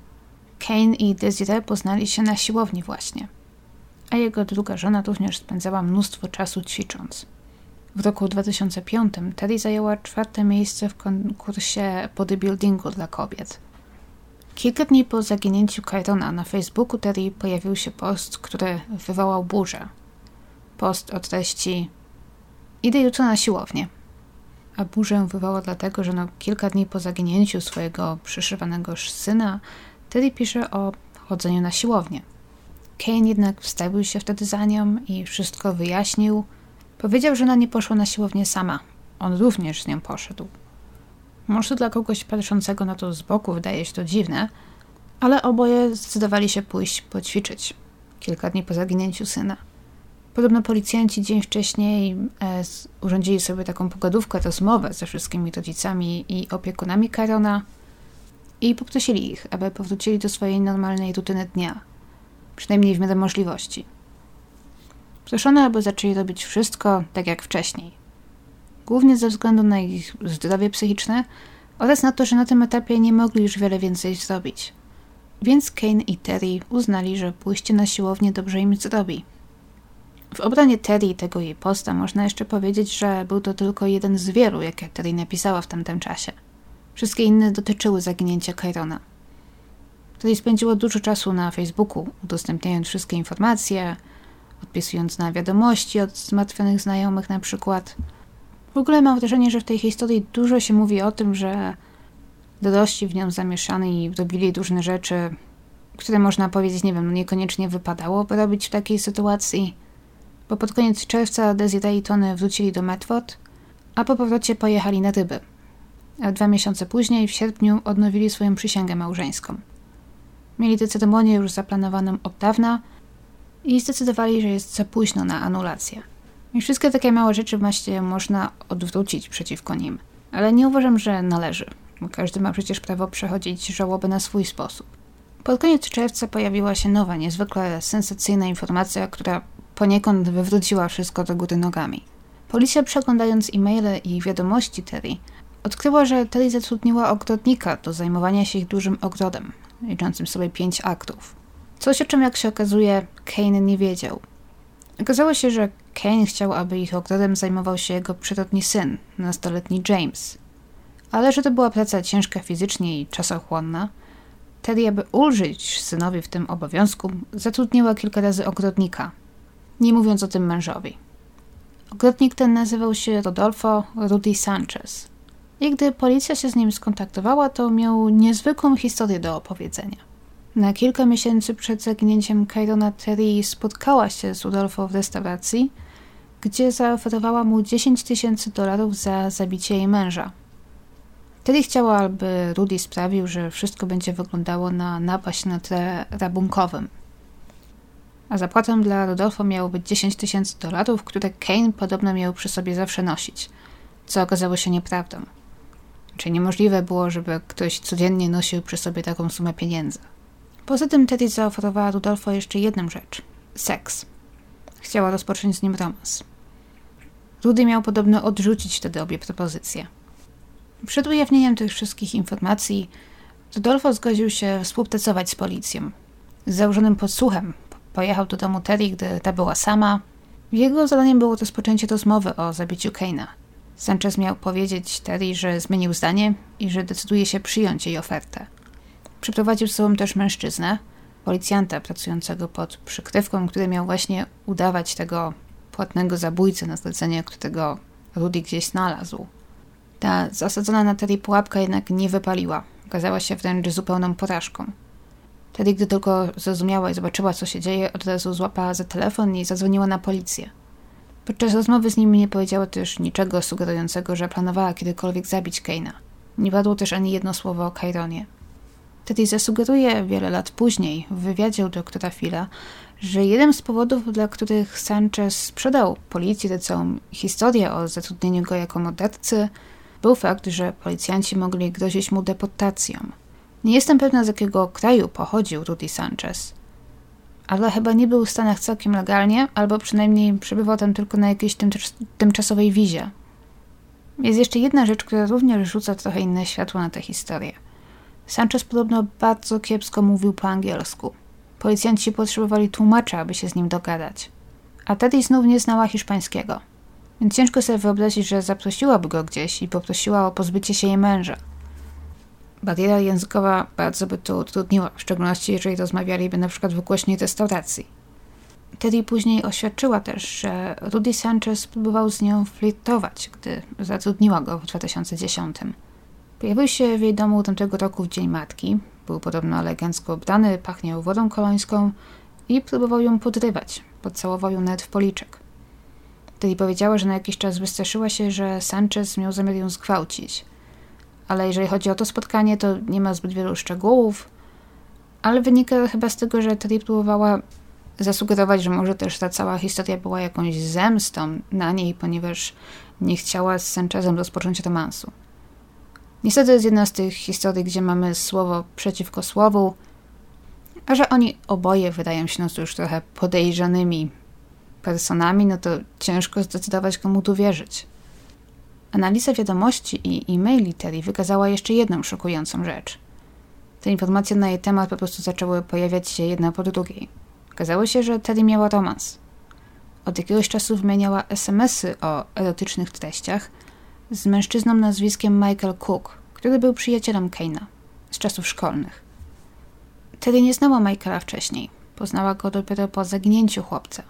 Speaker 1: Kane i Desiree poznali się na siłowni właśnie, a jego druga żona również spędzała mnóstwo czasu ćwicząc. W roku 2005 Terry zajęła 4. miejsce w konkursie bodybuildingu dla kobiet. Kilka dni po zaginięciu Chirona na Facebooku Terry pojawił się post, który wywołał burzę. Post o treści: idę jutro na siłownię. A burzę wywołał dlatego, że kilka dni po zaginięciu swojego przyszywanego syna Terry pisze o chodzeniu na siłownię. Kane jednak wstawił się wtedy za nią i wszystko wyjaśnił. Powiedział, że ona nie poszła na siłownię sama. On również z nią poszedł. Może dla kogoś patrzącego na to z boku wydaje się to dziwne, ale oboje zdecydowali się pójść poćwiczyć kilka dni po zaginięciu syna. Podobno policjanci dzień wcześniej urządzili sobie taką pogadówkę, rozmowę ze wszystkimi rodzicami i opiekunami Chirona i poprosili ich, aby powrócili do swojej normalnej rutyny dnia, przynajmniej w miarę możliwości. Proszono, aby zaczęli robić wszystko tak jak wcześniej. Głównie ze względu na ich zdrowie psychiczne oraz na to, że na tym etapie nie mogli już wiele więcej zrobić. Więc Kane i Terry uznali, że pójście na siłownię dobrze im zrobi. W obronie Terry i tego jej posta można jeszcze powiedzieć, że był to tylko jeden z wielu, jakie Terry napisała w tamtym czasie. Wszystkie inne dotyczyły zaginięcia Chirona. Terry spędziła dużo czasu na Facebooku, udostępniając wszystkie informacje, odpisując na wiadomości od zmartwionych znajomych na przykład. W ogóle mam wrażenie, że w tej historii dużo się mówi o tym, że dorośli w nią zamieszani robili różne rzeczy, które można powiedzieć, niekoniecznie wypadałoby robić w takiej sytuacji. Bo pod koniec czerwca Desiree i Tony wrócili do Medford, a po powrocie pojechali na ryby. A 2 miesiące później, w sierpniu, odnowili swoją przysięgę małżeńską. Mieli tę ceremonię już zaplanowaną od dawna i zdecydowali, że jest za późno na anulację. I wszystkie takie małe rzeczy właśnie można odwrócić przeciwko nim. Ale nie uważam, że należy, bo każdy ma przecież prawo przechodzić żałobę na swój sposób. Pod koniec czerwca pojawiła się nowa, niezwykle sensacyjna informacja, która poniekąd wywróciła wszystko do góry nogami. Policja, przeglądając e-maile i wiadomości Terry, odkryła, że Terry zatrudniła ogrodnika do zajmowania się ich dużym ogrodem, liczącym sobie 5 akrów. Coś, o czym, jak się okazuje, Kane nie wiedział. Okazało się, że Kane chciał, aby ich ogrodem zajmował się jego przyrodni syn, nastoletni James. Ale że to była praca ciężka fizycznie i czasochłonna, Terry, aby ulżyć synowi w tym obowiązku, zatrudniła kilka razy ogrodnika, nie mówiąc o tym mężowi. Ogrodnik ten nazywał się Rodolfo Rudy Sanchez. I gdy policja się z nim skontaktowała, to miał niezwykłą historię do opowiedzenia. Na kilka miesięcy przed zaginięciem Chirona Terry spotkała się z Rodolfo w restauracji, gdzie zaoferowała mu $10,000 za zabicie jej męża. Terry chciała, aby Rudy sprawił, że wszystko będzie wyglądało na napaść na tle rabunkowym. A zapłatą dla Rodolfo miało być $10,000, które Kane podobno miał przy sobie zawsze nosić, co okazało się nieprawdą. Czyli niemożliwe było, żeby ktoś codziennie nosił przy sobie taką sumę pieniędzy. Poza tym Terry zaoferowała Rodolfo jeszcze jedną rzecz – seks. Chciała rozpocząć z nim romans. Rudy miał podobno odrzucić wtedy obie propozycje. Przed ujawnieniem tych wszystkich informacji Rodolfo zgodził się współpracować z policją. Z założonym podsłuchem pojechał do domu Terry, gdy ta była sama. Jego zadaniem było rozpoczęcie rozmowy o zabiciu Kane'a. Sanchez miał powiedzieć Terry, że zmienił zdanie i że decyduje się przyjąć jej ofertę. Przyprowadził z sobą też mężczyznę, policjanta pracującego pod przykrywką, który miał właśnie udawać tego płatnego zabójcę na zlecenie, którego Rudy gdzieś znalazł. Ta zasadzona na Terry pułapka jednak nie wypaliła. Okazała się wręcz zupełną porażką. Terry, gdy tylko zrozumiała i zobaczyła, co się dzieje, od razu złapała za telefon i zadzwoniła na policję. Podczas rozmowy z nimi nie powiedziała też niczego sugerującego, że planowała kiedykolwiek zabić Kane'a. Nie padło też ani jedno słowo o Chironie. Terry zasugeruje wiele lat później w wywiadzie u doktora Phila, że jeden z powodów, dla których Sanchez sprzedał policji tę całą historię o zatrudnieniu go jako mordercy, był fakt, że policjanci mogli grozić mu deportacją. Nie jestem pewna, z jakiego kraju pochodził Rudy Sanchez, ale chyba nie był w Stanach całkiem legalnie, albo przynajmniej przebywał tam tylko na jakiejś tymczasowej wizie. Jest jeszcze jedna rzecz, która również rzuca trochę inne światło na tę historię. Sanchez podobno bardzo kiepsko mówił po angielsku. Policjanci potrzebowali tłumacza, aby się z nim dogadać. A Terry znów nie znała hiszpańskiego. Więc ciężko sobie wyobrazić, że zaprosiłaby go gdzieś i poprosiła o pozbycie się jej męża. Bariera językowa bardzo by to utrudniła, w szczególności jeżeli rozmawialiby na przykład w głośnej restauracji. Terry później oświadczyła też, że Rudy Sanchez próbował z nią flirtować, gdy zatrudniła go w 2010. Pojawił się w jej domu tamtego roku w Dzień Matki, był podobno elegancko ubrany, pachniał wodą kolońską i próbował ją podrywać, pocałował ją nawet w policzek. Terry powiedziała, że na jakiś czas wystraszyła się, że Sanchez miał zamiar ją zgwałcić. Ale jeżeli chodzi o to spotkanie, to nie ma zbyt wielu szczegółów, ale wynika chyba z tego, że Terry próbowała zasugerować, że może też ta cała historia była jakąś zemstą na niej, ponieważ nie chciała z Sanchezem rozpocząć romansu. Niestety to jest jedna z tych historii, gdzie mamy słowo przeciwko słowu, a że oni oboje wydają się już trochę podejrzanymi personami, no to ciężko zdecydować, komu tu wierzyć. Analiza wiadomości i e-maili Terry wykazała jeszcze jedną szokującą rzecz. Te informacje na jej temat po prostu zaczęły pojawiać się jedna po drugiej. Okazało się, że Terry miała romans. Od jakiegoś czasu wymieniała SMS-y o erotycznych treściach z mężczyzną nazwiskiem Michael Cook, który był przyjacielem Kane'a z czasów szkolnych. Terry nie znała Michaela wcześniej. Poznała go dopiero po zaginięciu chłopca.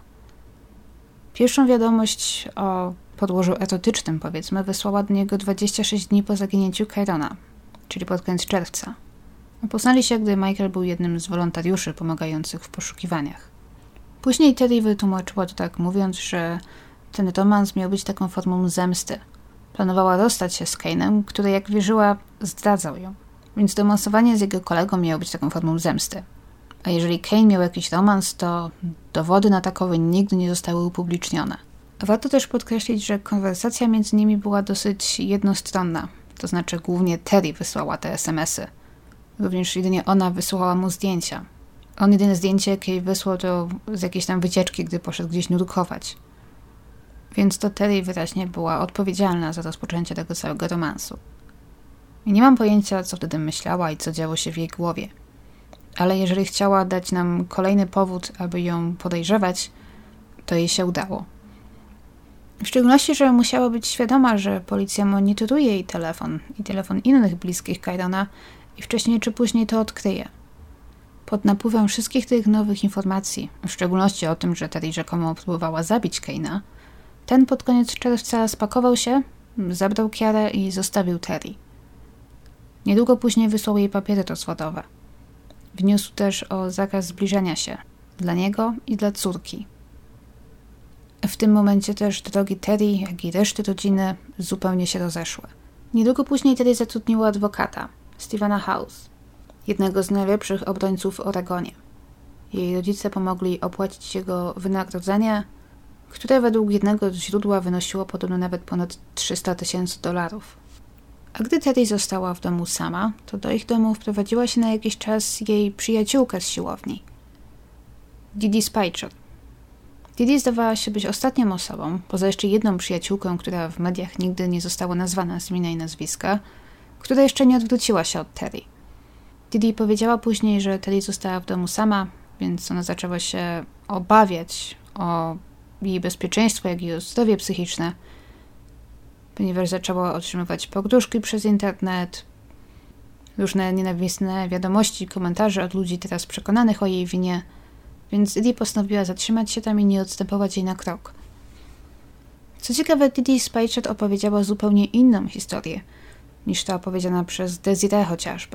Speaker 1: Pierwszą wiadomość o podłożu erotycznym, powiedzmy, wysłała do niego 26 dni po zaginięciu Chirona, czyli pod koniec czerwca. Poznali się, gdy Michael był jednym z wolontariuszy pomagających w poszukiwaniach. Później Terry wytłumaczyła to tak, mówiąc, że ten romans miał być taką formą zemsty. Planowała rozstać się z Kane'em, który, jak wierzyła, zdradzał ją. Więc romansowanie z jego kolegą miało być taką formą zemsty. A jeżeli Kane miał jakiś romans, to dowody na takowy nigdy nie zostały upublicznione. Warto też podkreślić, że konwersacja między nimi była dosyć jednostronna. To znaczy głównie Terry wysłała te SMS-y. Również jedynie ona wysłała mu zdjęcia. On jedyne zdjęcie, jakie wysłał, to z jakiejś tam wycieczki, gdy poszedł gdzieś nurkować. Więc to Terry wyraźnie była odpowiedzialna za rozpoczęcie tego całego romansu. I nie mam pojęcia, co wtedy myślała i co działo się w jej głowie. Ale jeżeli chciała dać nam kolejny powód, aby ją podejrzewać, to jej się udało. W szczególności, że musiała być świadoma, że policja monitoruje jej telefon i telefon innych bliskich Chirona i wcześniej czy później to odkryje. Pod napływem wszystkich tych nowych informacji, w szczególności o tym, że Terry rzekomo próbowała zabić Kane'a, ten pod koniec czerwca spakował się, zabrał Kiarę i zostawił Terry. Niedługo później wysłał jej papiery rozwodowe. Wniósł też o zakaz zbliżania się dla niego i dla córki. W tym momencie też drogi Terry, jak i reszty rodziny zupełnie się rozeszły. Niedługo później Terry zatrudniła adwokata, Stephena House, jednego z najlepszych obrońców w Oregonie. Jej rodzice pomogli opłacić jego wynagrodzenie, które według jednego źródła wynosiło podobno nawet ponad $300,000. A gdy Terry została w domu sama, to do ich domu wprowadziła się na jakiś czas jej przyjaciółka z siłowni, Didi Spicer. Didi zdawała się być ostatnią osobą, poza jeszcze jedną przyjaciółką, która w mediach nigdy nie została nazwana z imienia i nazwiska, która jeszcze nie odwróciła się od Terry. Didi powiedziała później, że Terry została w domu sama, więc ona zaczęła się obawiać o jej bezpieczeństwo, jak i o zdrowie psychiczne, ponieważ zaczęła otrzymywać pogróżki przez internet, różne nienawistne wiadomości, komentarze od ludzi teraz przekonanych o jej winie, więc Didi postanowiła zatrzymać się tam i nie odstępować jej na krok. Co ciekawe, Didi Speicher opowiedziała zupełnie inną historię niż ta opowiedziana przez Desiree chociażby.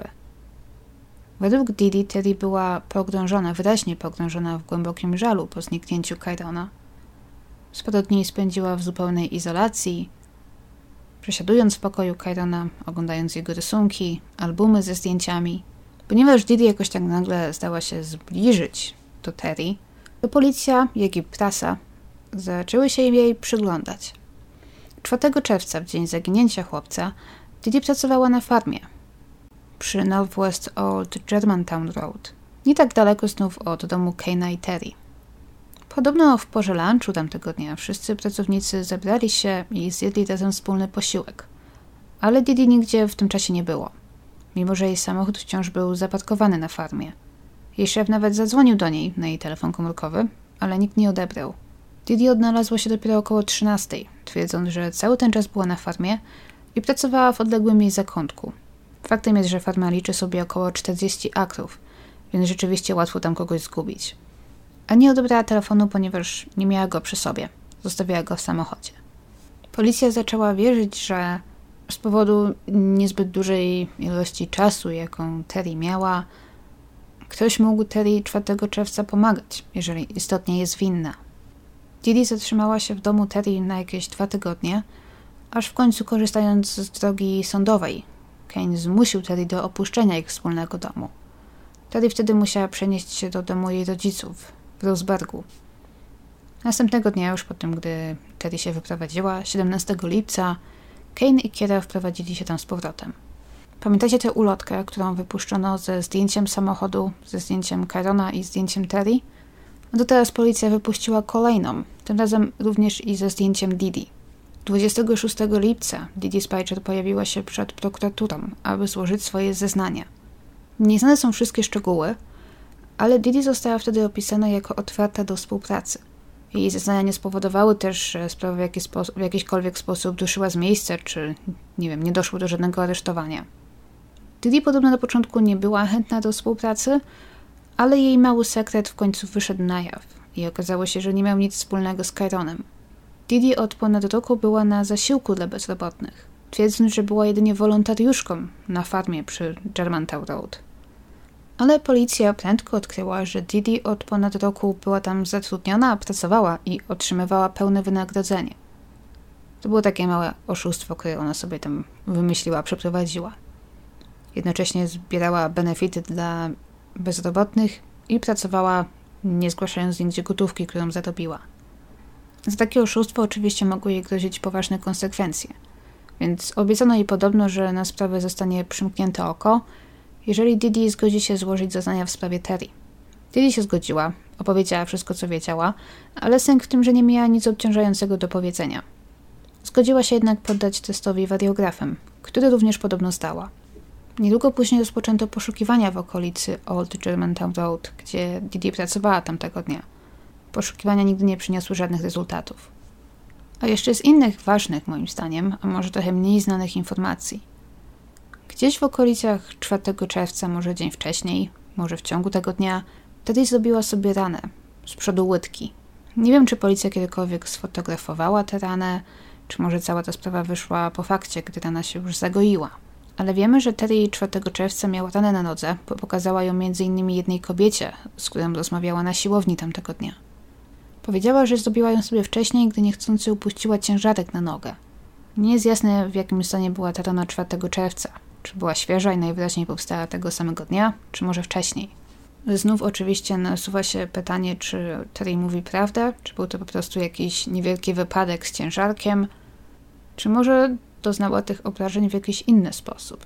Speaker 1: Według Didi Terry była wyraźnie pogrążona w głębokim żalu po zniknięciu Kyrona. Sporo dni spędziła w zupełnej izolacji, przesiadując w pokoju Kyrona, oglądając jego rysunki, albumy ze zdjęciami. Ponieważ Didi jakoś tak nagle zdała się zbliżyć do Terry, to policja, jak i prasa zaczęły się jej przyglądać. 4 czerwca, w dzień zaginięcia chłopca, Didi pracowała na farmie przy Northwest Old Germantown Road, nie tak daleko znów od domu Kane'a i Terry. Podobno w porze lunchu tamtego dnia wszyscy pracownicy zebrali się i zjedli razem wspólny posiłek, ale Didi nigdzie w tym czasie nie było, mimo że jej samochód wciąż był zaparkowany na farmie. Jej szef nawet zadzwonił do niej na jej telefon komórkowy, ale nikt nie odebrał. Didi odnalazła się dopiero około 13:00, twierdząc, że cały ten czas była na farmie i pracowała w odległym jej zakątku. Faktem jest, że farma liczy sobie około 40 akrów, więc rzeczywiście łatwo tam kogoś zgubić. A nie odebrała telefonu, ponieważ nie miała go przy sobie. Zostawiała go w samochodzie. Policja zaczęła wierzyć, że z powodu niezbyt dużej ilości czasu, jaką Terry miała, ktoś mógł Terry 4 czerwca pomagać, jeżeli istotnie jest winna. Didi zatrzymała się w domu Terry na jakieś 2 tygodnie, aż w końcu, korzystając z drogi sądowej, Kane zmusił Terry do opuszczenia ich wspólnego domu. Terry wtedy musiała przenieść się do domu jej rodziców w Roseburgu. Następnego dnia, już po tym, gdy Terry się wyprowadziła, 17 lipca, Kane i Kiera wprowadzili się tam z powrotem. Pamiętacie tę ulotkę, którą wypuszczono ze zdjęciem samochodu, ze zdjęciem Kyrona i zdjęciem Terry? No to teraz policja wypuściła kolejną, tym razem również i ze zdjęciem Didi. 26 lipca Didi Speicher pojawiła się przed prokuraturą, aby złożyć swoje zeznania. Nieznane są wszystkie szczegóły, ale Didi została wtedy opisana jako otwarta do współpracy. Jej zeznania nie spowodowały też, że sprawa w jakikolwiek sposób duszyła z miejsca, czy, nie doszło do żadnego aresztowania. Didi podobno na początku nie była chętna do współpracy, ale jej mały sekret w końcu wyszedł na jaw i okazało się, że nie miał nic wspólnego z Kyronem. Didi od ponad roku była na zasiłku dla bezrobotnych, twierdząc, że była jedynie wolontariuszką na farmie przy Germantown Road. Ale policja prędko odkryła, że Didi od ponad roku była tam zatrudniona, pracowała i otrzymywała pełne wynagrodzenie. To było takie małe oszustwo, które ona sobie tam wymyśliła, przeprowadziła. Jednocześnie zbierała benefity dla bezrobotnych i pracowała, nie zgłaszając nigdzie gotówki, którą zarobiła. Za takie oszustwo oczywiście mogły jej grozić poważne konsekwencje, więc obiecano jej podobno, że na sprawę zostanie przymknięte oko, jeżeli Didi zgodzi się złożyć zeznania w sprawie Terry. Didi się zgodziła, opowiedziała wszystko, co wiedziała, ale sęk w tym, że nie miała nic obciążającego do powiedzenia. Zgodziła się jednak poddać testowi wariografem, który również podobno zdała. Niedługo później rozpoczęto poszukiwania w okolicy Old Germantown Road, gdzie Didi pracowała tamtego dnia. Poszukiwania nigdy nie przyniosły żadnych rezultatów. A jeszcze z innych ważnych, moim zdaniem, a może trochę mniej znanych informacji. Gdzieś w okolicach 4 czerwca, może dzień wcześniej, może w ciągu tego dnia, Terry zrobiła sobie ranę z przodu łydki. Nie wiem, czy policja kiedykolwiek sfotografowała tę ranę, czy może cała ta sprawa wyszła po fakcie, gdy rana się już zagoiła. Ale wiemy, że Terry 4 czerwca miała ranę na nodze, bo pokazała ją m.in. jednej kobiecie, z którą rozmawiała na siłowni tamtego dnia. Powiedziała, że zrobiła ją sobie wcześniej, gdy niechcący upuściła ciężarek na nogę. Nie jest jasne, w jakim stanie była ta rana 4 czerwca. Czy była świeża i najwyraźniej powstała tego samego dnia, czy może wcześniej. Znów oczywiście nasuwa się pytanie, czy Terry mówi prawdę, czy był to po prostu jakiś niewielki wypadek z ciężarkiem, czy może doznała tych obrażeń w jakiś inny sposób.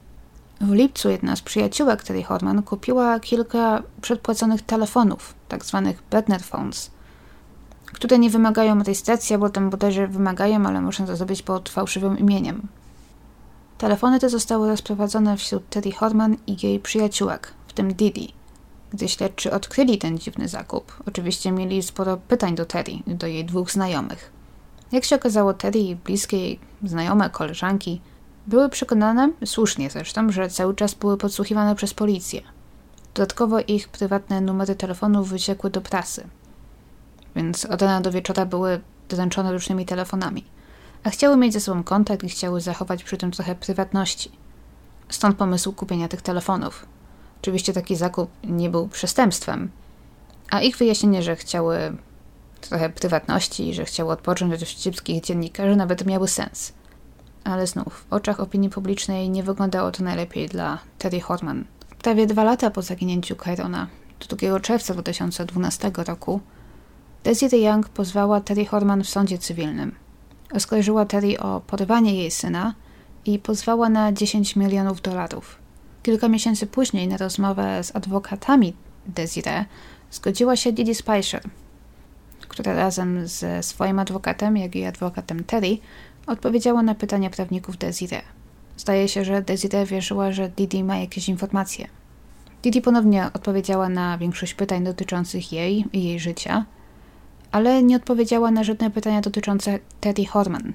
Speaker 1: W lipcu jedna z przyjaciółek Terry Horman kupiła kilka przedpłaconych telefonów, tak zwanych burner phones. które nie wymagają rejestracji, albo tam bodajże wymagają, ale można to zrobić pod fałszywym imieniem. Telefony te zostały rozprowadzone wśród Terry Horman i jej przyjaciółek, w tym Didi. Gdy śledczy odkryli ten dziwny zakup, oczywiście mieli sporo pytań do Terry i do jej 2 znajomych. Jak się okazało, Terry i bliskie jej znajome, koleżanki były przekonane, słusznie zresztą, że cały czas były podsłuchiwane przez policję. Dodatkowo ich prywatne numery telefonów wyciekły do prasy, więc od rana do wieczora były dręczone różnymi telefonami. A chciały mieć ze sobą kontakt i chciały zachować przy tym trochę prywatności. Stąd pomysł kupienia tych telefonów. Oczywiście taki zakup nie był przestępstwem, a ich wyjaśnienie, że chciały trochę prywatności i że chciały odpocząć od wścibskich dziennikarzy, nawet miały sens. Ale znów, w oczach opinii publicznej nie wyglądało to najlepiej dla Terry Horman. Prawie 2 lata po zaginięciu Cyrona, 2 czerwca 2012 roku, Desiree Young pozwała Terry Horman w sądzie cywilnym. Oskarżyła Terry o porywanie jej syna i pozwała na $10 milionów. Kilka miesięcy później na rozmowę z adwokatami Desiree zgodziła się Didi Speicher, która razem ze swoim adwokatem, jak i adwokatem Terry, odpowiedziała na pytania prawników Desiree. Zdaje się, że Desiree wierzyła, że Didi ma jakieś informacje. Didi ponownie odpowiedziała na większość pytań dotyczących jej i jej życia, ale nie odpowiedziała na żadne pytania dotyczące Terry Horman,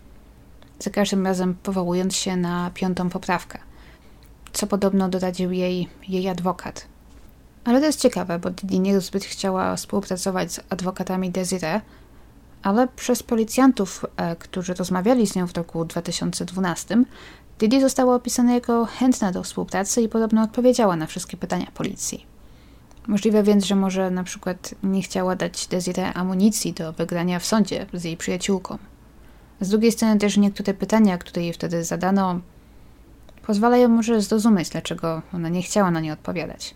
Speaker 1: za każdym razem powołując się na 5. poprawkę, co podobno doradził jej adwokat. Ale to jest ciekawe, bo Didi niezbyt chciała współpracować z adwokatami Desiree, ale przez policjantów, którzy rozmawiali z nią w roku 2012, Didi została opisana jako chętna do współpracy i podobno odpowiedziała na wszystkie pytania policji. Możliwe więc, że może na przykład nie chciała dać Desiree amunicji do wygrania w sądzie z jej przyjaciółką. Z drugiej strony też niektóre pytania, które jej wtedy zadano, pozwalają może zrozumieć, dlaczego ona nie chciała na nie odpowiadać.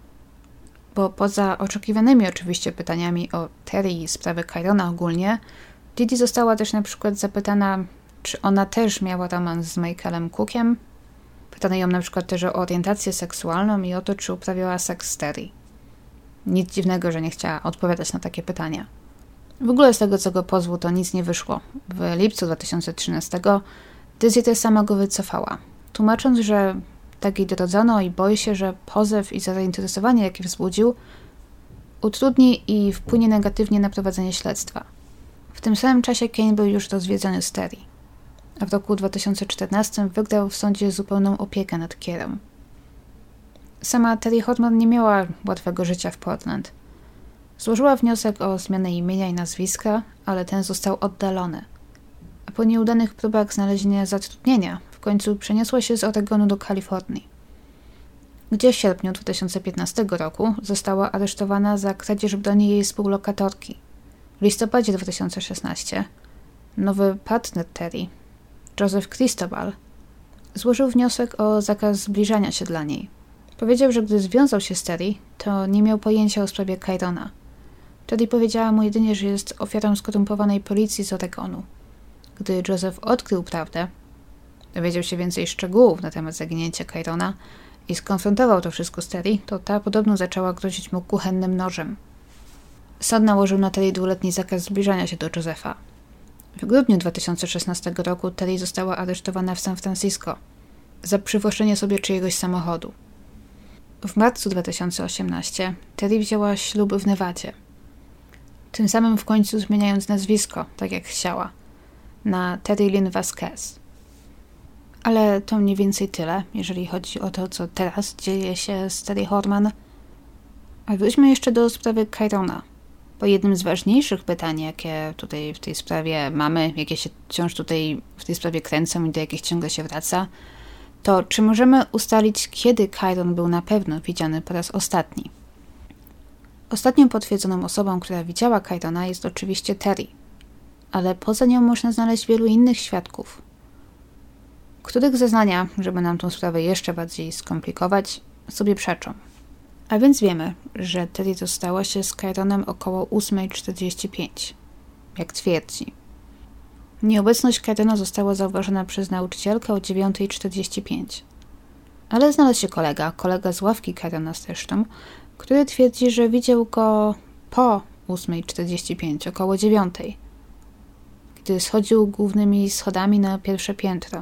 Speaker 1: Bo poza oczekiwanymi oczywiście pytaniami o Terry i sprawy Cyrona ogólnie, Didi została też na przykład zapytana, czy ona też miała romans z Michaelem Cookiem. Pytano ją na przykład też o orientację seksualną i o to, czy uprawiała seks z Terry. Nic dziwnego, że nie chciała odpowiadać na takie pytania. W ogóle z tego całego pozwu to nic nie wyszło. W lipcu 2013 Desiree sama go wycofała, tłumacząc, że tak jej dorodzono i boi się, że pozew i zainteresowanie, jakie wzbudził, utrudni i wpłynie negatywnie na prowadzenie śledztwa. W tym samym czasie Kane był już rozwiedziony z Terry, a w roku 2014 wygrał w sądzie zupełną opiekę nad Kierą. Sama Terry Horman nie miała łatwego życia w Portland. Złożyła wniosek o zmianę imienia i nazwiska, ale ten został oddalony. A po nieudanych próbach znalezienia zatrudnienia w końcu przeniosła się z Oregonu do Kalifornii, gdzie w sierpniu 2015 roku została aresztowana za kradzież broni jej współlokatorki. W listopadzie 2016 nowy partner Terry, Joseph Cristobal, złożył wniosek o zakaz zbliżania się dla niej. Powiedział, że gdy związał się z Terry, to nie miał pojęcia o sprawie Cyrona. Terry powiedziała mu jedynie, że jest ofiarą skorumpowanej policji z Oregonu. Gdy Joseph odkrył prawdę, dowiedział się więcej szczegółów na temat zaginięcia Cyrona i skonfrontował to wszystko z Terry, to ta podobno zaczęła grozić mu kuchennym nożem. Sąd nałożył na Terry 2-letni zakaz zbliżania się do Josepha. W grudniu 2016 roku Terry została aresztowana w San Francisco za przywłaszczenie sobie czyjegoś samochodu. W marcu 2018 Terry wzięła ślub w Nevadzie, tym samym w końcu zmieniając nazwisko, tak jak chciała, na Terry Lynn Vasquez. Ale to mniej więcej tyle, jeżeli chodzi o to, co teraz dzieje się z Terry Horman. A wróćmy jeszcze do sprawy Cyrona, bo jednym z ważniejszych pytań, jakie tutaj w tej sprawie mamy, jakie się wciąż tutaj w tej sprawie kręcą i do jakich ciągle się wraca, to czy możemy ustalić, kiedy Cyron był na pewno widziany po raz ostatni? Ostatnią potwierdzoną osobą, która widziała Cyrona, jest oczywiście Terry, ale poza nią można znaleźć wielu innych świadków, których zeznania, żeby nam tą sprawę jeszcze bardziej skomplikować, sobie przeczą. A więc wiemy, że Terry rozstała się z Cyronem około 8:45, jak twierdzi. Nieobecność Cyrona została zauważona przez nauczycielkę o 9:45. Ale znalazł się kolega z ławki Cyrona zresztą, który twierdzi, że widział go po 8:45, około 9, gdy schodził głównymi schodami na pierwsze piętro.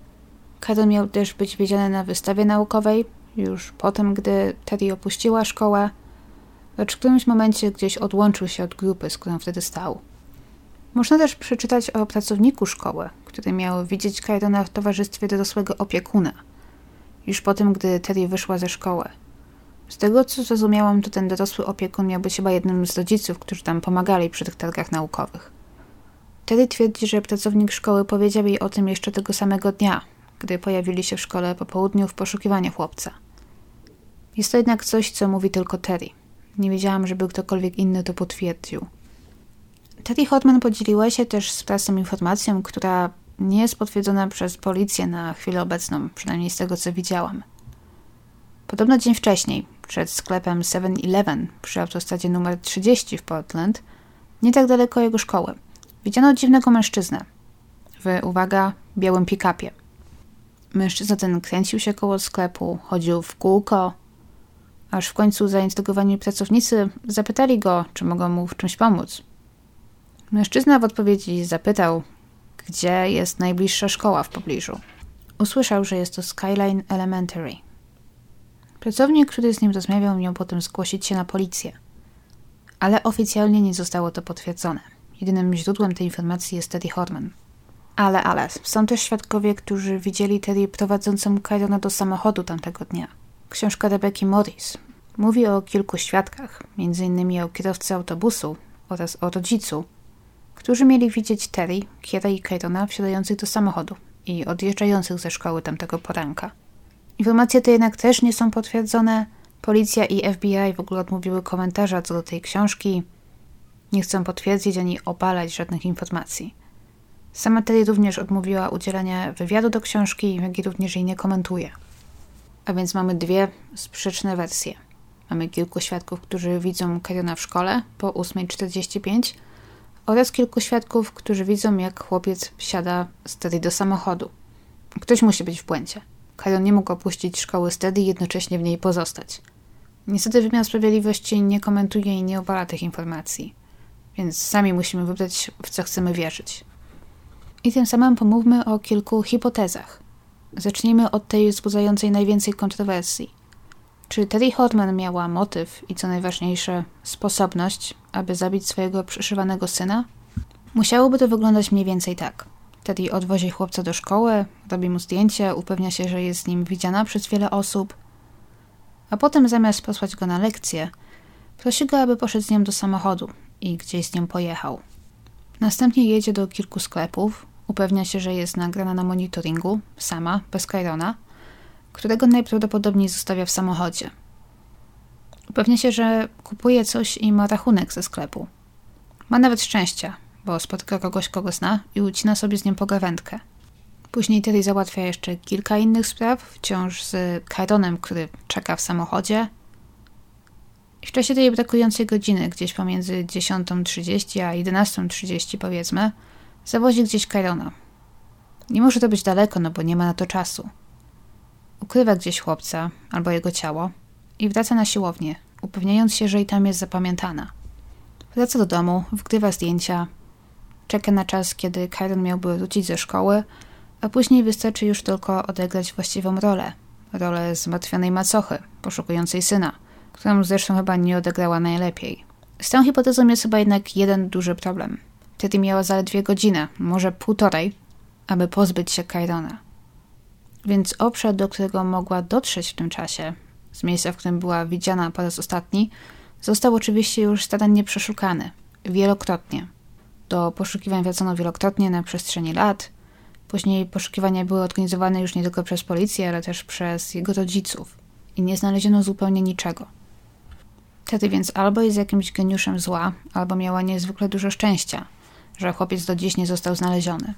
Speaker 1: Karen miał też być wiedziany na wystawie naukowej, już potem, gdy Terry opuściła szkołę, lecz w którymś momencie gdzieś odłączył się od grupy, z którą wtedy stał. Można też przeczytać o pracowniku szkoły, który miał widzieć Kyrona w towarzystwie dorosłego opiekuna, już po tym, gdy Terry wyszła ze szkoły. Z tego, co zrozumiałam, to ten dorosły opiekun miał być chyba jednym z rodziców, którzy tam pomagali przy tych targach naukowych. Terry twierdzi, że pracownik szkoły powiedział jej o tym jeszcze tego samego dnia, gdy pojawili się w szkole po południu w poszukiwaniu chłopca. Jest to jednak coś, co mówi tylko Terry. Nie wiedziałam, żeby ktokolwiek inny to potwierdził. Terry Horman podzieliła się też z prasą informacją, która nie jest potwierdzona przez policję na chwilę obecną, przynajmniej z tego, co widziałam. Podobno dzień wcześniej, przed sklepem 7-Eleven przy autostradzie numer 30 w Portland, nie tak daleko jego szkoły, widziano dziwnego mężczyznę w, uwaga, białym pick-upie. Mężczyzna ten kręcił się koło sklepu, chodził w kółko, aż w końcu zaintrygowani pracownicy zapytali go, czy mogą mu w czymś pomóc. Mężczyzna w odpowiedzi zapytał, gdzie jest najbliższa szkoła w pobliżu. Usłyszał, że jest to Skyline Elementary. Pracownik, który z nim rozmawiał, miał potem zgłosić się na policję. Ale oficjalnie nie zostało to potwierdzone. Jedynym źródłem tej informacji jest Terry Horman. Ale, są też świadkowie, którzy widzieli Terry prowadzącą Kyrona do samochodu tamtego dnia. Książka Rebecki Morris mówi o kilku świadkach, m.in. o kierowcy autobusu oraz o rodzicu, którzy mieli widzieć Terry, Kiera i Kyrona wsiadających do samochodu i odjeżdżających ze szkoły tamtego poranka. Informacje te jednak też nie są potwierdzone. Policja i FBI w ogóle odmówiły komentarza co do tej książki. Nie chcą potwierdzić ani obalać żadnych informacji. Sama Terry również odmówiła udzielania wywiadu do książki, jak i również jej nie komentuje. A więc mamy dwie sprzeczne wersje. Mamy kilku świadków, którzy widzą Kyrona w szkole po 8:45 oraz kilku świadków, którzy widzą, jak chłopiec wsiada z Terry do samochodu. Ktoś musi być w błędzie. Kyron nie mógł opuścić szkoły z Terry i jednocześnie w niej pozostać. Niestety wymiar sprawiedliwości nie komentuje i nie obala tych informacji, więc sami musimy wybrać, w co chcemy wierzyć. I tym samym pomówmy o kilku hipotezach. Zacznijmy od tej wzbudzającej najwięcej kontrowersji. Czy Terry Horman miała motyw i, co najważniejsze, sposobność, aby zabić swojego przyszywanego syna? Musiałoby to wyglądać mniej więcej tak. Terry odwozi chłopca do szkoły, robi mu zdjęcie, upewnia się, że jest z nim widziana przez wiele osób, a potem zamiast posłać go na lekcję, prosi go, aby poszedł z nią do samochodu i gdzieś z nią pojechał. Następnie jedzie do kilku sklepów, upewnia się, że jest nagrana na monitoringu, sama, bez Kyrona, którego najprawdopodobniej zostawia w samochodzie. Upewnia się, że kupuje coś i ma rachunek ze sklepu. Ma nawet szczęścia, bo spotyka kogoś, kogo zna i ucina sobie z nim pogawędkę. Później Terry załatwia jeszcze kilka innych spraw, wciąż z Kyronem, który czeka w samochodzie. I w czasie tej brakującej godziny, gdzieś pomiędzy 10:30 a 11:30 powiedzmy, zawozi gdzieś Kyrona. Nie może to być daleko, no bo nie ma na to czasu. Ukrywa gdzieś chłopca albo jego ciało i wraca na siłownię, upewniając się, że i tam jest zapamiętana. Wraca do domu, wgrywa zdjęcia, czeka na czas, kiedy Kyron miałby wrócić ze szkoły, a później wystarczy już tylko odegrać właściwą rolę. Rolę zmartwionej macochy, poszukującej syna, którą zresztą chyba nie odegrała najlepiej. Z tą hipotezą jest chyba jednak jeden duży problem. Terry miała zaledwie godzinę, może półtorej, aby pozbyć się Kyrona. Więc obszar, do którego mogła dotrzeć w tym czasie, z miejsca, w którym była widziana po raz ostatni, został oczywiście już starannie przeszukany. Wielokrotnie. Do poszukiwań wracono wielokrotnie na przestrzeni lat. Później poszukiwania były organizowane już nie tylko przez policję, ale też przez jego rodziców. I nie znaleziono zupełnie niczego. Terry więc albo jest jakimś geniuszem zła, albo miała niezwykle dużo szczęścia, że chłopiec do dziś nie został znaleziony.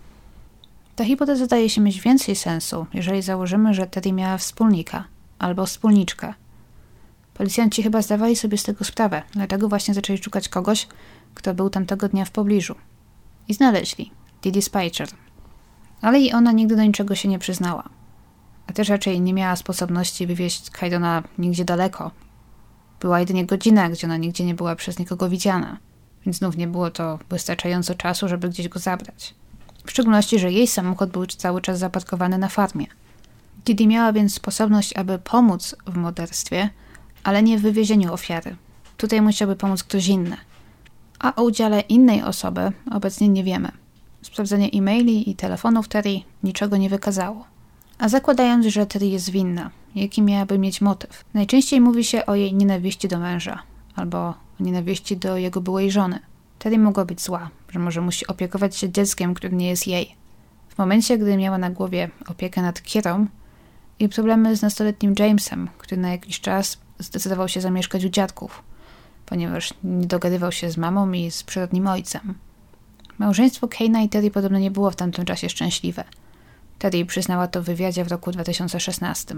Speaker 1: Ta hipoteza daje się mieć więcej sensu, jeżeli założymy, że Terry miała wspólnika albo wspólniczkę. Policjanci chyba zdawali sobie z tego sprawę, dlatego właśnie zaczęli szukać kogoś, kto był tamtego dnia w pobliżu. I znaleźli Didi Speicher. Ale i ona nigdy do niczego się nie przyznała. A też raczej nie miała sposobności wywieźć Kyrona nigdzie daleko. Była jedynie godzina, gdzie ona nigdzie nie była przez nikogo widziana, więc znów nie było to wystarczająco czasu, żeby gdzieś go zabrać. W szczególności, że jej samochód był cały czas zaparkowany na farmie. Didi miała więc sposobność, aby pomóc w morderstwie, ale nie w wywiezieniu ofiary. Tutaj musiałby pomóc ktoś inny. A o udziale innej osoby obecnie nie wiemy. Sprawdzenie e-maili i telefonów Terry niczego nie wykazało. A zakładając, że Terry jest winna, jaki miałaby mieć motyw? Najczęściej mówi się o jej nienawiści do męża albo o nienawiści do jego byłej żony. Terry mogła być zła, że może musi opiekować się dzieckiem, które nie jest jej. W momencie, gdy miała na głowie opiekę nad Kirą i problemy z nastoletnim Jamesem, który na jakiś czas zdecydował się zamieszkać u dziadków, ponieważ nie dogadywał się z mamą i z przyrodnim ojcem. Małżeństwo Kane'a i Terry podobno nie było w tamtym czasie szczęśliwe. Terry przyznała to w wywiadzie w roku 2016.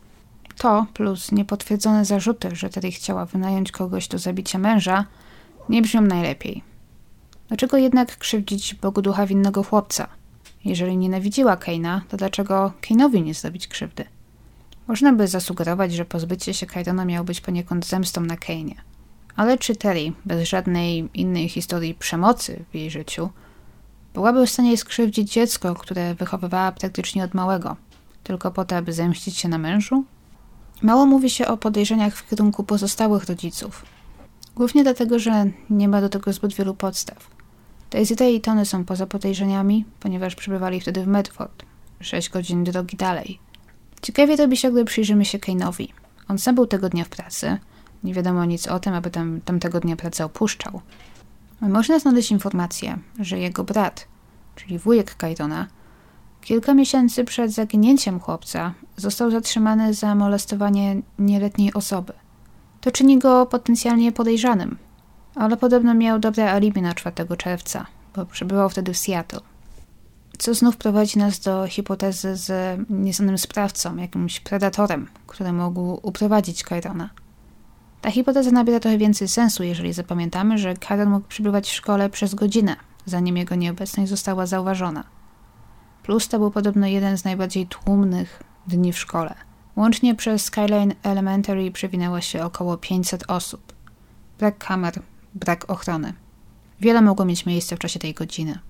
Speaker 1: To, plus niepotwierdzone zarzuty, że Terry chciała wynająć kogoś do zabicia męża, nie brzmią najlepiej. Dlaczego jednak krzywdzić Bogu ducha winnego chłopca? Jeżeli nienawidziła Kane'a, to dlaczego Kane'owi nie zrobić krzywdy? Można by zasugerować, że pozbycie się Kyrona miało być poniekąd zemstą na Kane'ie. Ale czy Terry, bez żadnej innej historii przemocy w jej życiu, byłaby w stanie skrzywdzić dziecko, które wychowywała praktycznie od małego, tylko po to, aby zemścić się na mężu? Mało mówi się o podejrzeniach w kierunku pozostałych rodziców. Głównie dlatego, że nie ma do tego zbyt wielu podstaw. Daisy i Tony są poza podejrzeniami, ponieważ przebywali wtedy w Medford, 6 godzin drogi dalej. Ciekawie robi się, gdy przyjrzymy się Kane'owi. On sam był tego dnia w pracy. Nie wiadomo nic o tym, aby tamtego dnia pracę opuszczał. Można znaleźć informację, że jego brat, czyli wujek Kyrona, kilka miesięcy przed zaginięciem chłopca został zatrzymany za molestowanie nieletniej osoby. To czyni go potencjalnie podejrzanym, ale podobno miał dobre alibi na 4 czerwca, bo przebywał wtedy w Seattle. Co znów prowadzi nas do hipotezy z nieznanym sprawcą, jakimś predatorem, który mógł uprowadzić Kyrona. Ta hipoteza nabiera trochę więcej sensu, jeżeli zapamiętamy, że Kyron mógł przebywać w szkole przez godzinę, zanim jego nieobecność została zauważona. Plus to był podobno jeden z najbardziej tłumnych dni w szkole. Łącznie przez Skyline Elementary przewinęło się około 500 osób. Brak kamer, brak ochrony. Wiele mogło mieć miejsce w czasie tej godziny.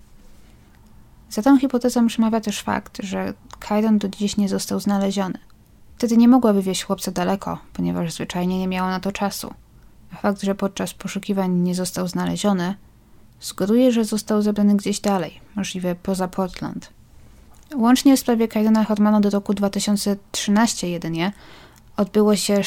Speaker 1: Za tą hipotezą przemawia też fakt, że Kyron do dziś nie został znaleziony. Wtedy nie mogła wywieźć chłopca daleko, ponieważ zwyczajnie nie miała na to czasu. A fakt, że podczas poszukiwań nie został znaleziony, sugeruje, że został zabrany gdzieś dalej, możliwie poza Portland. Łącznie w sprawie Kyrona Hormana do roku 2013 jedynie odbyło się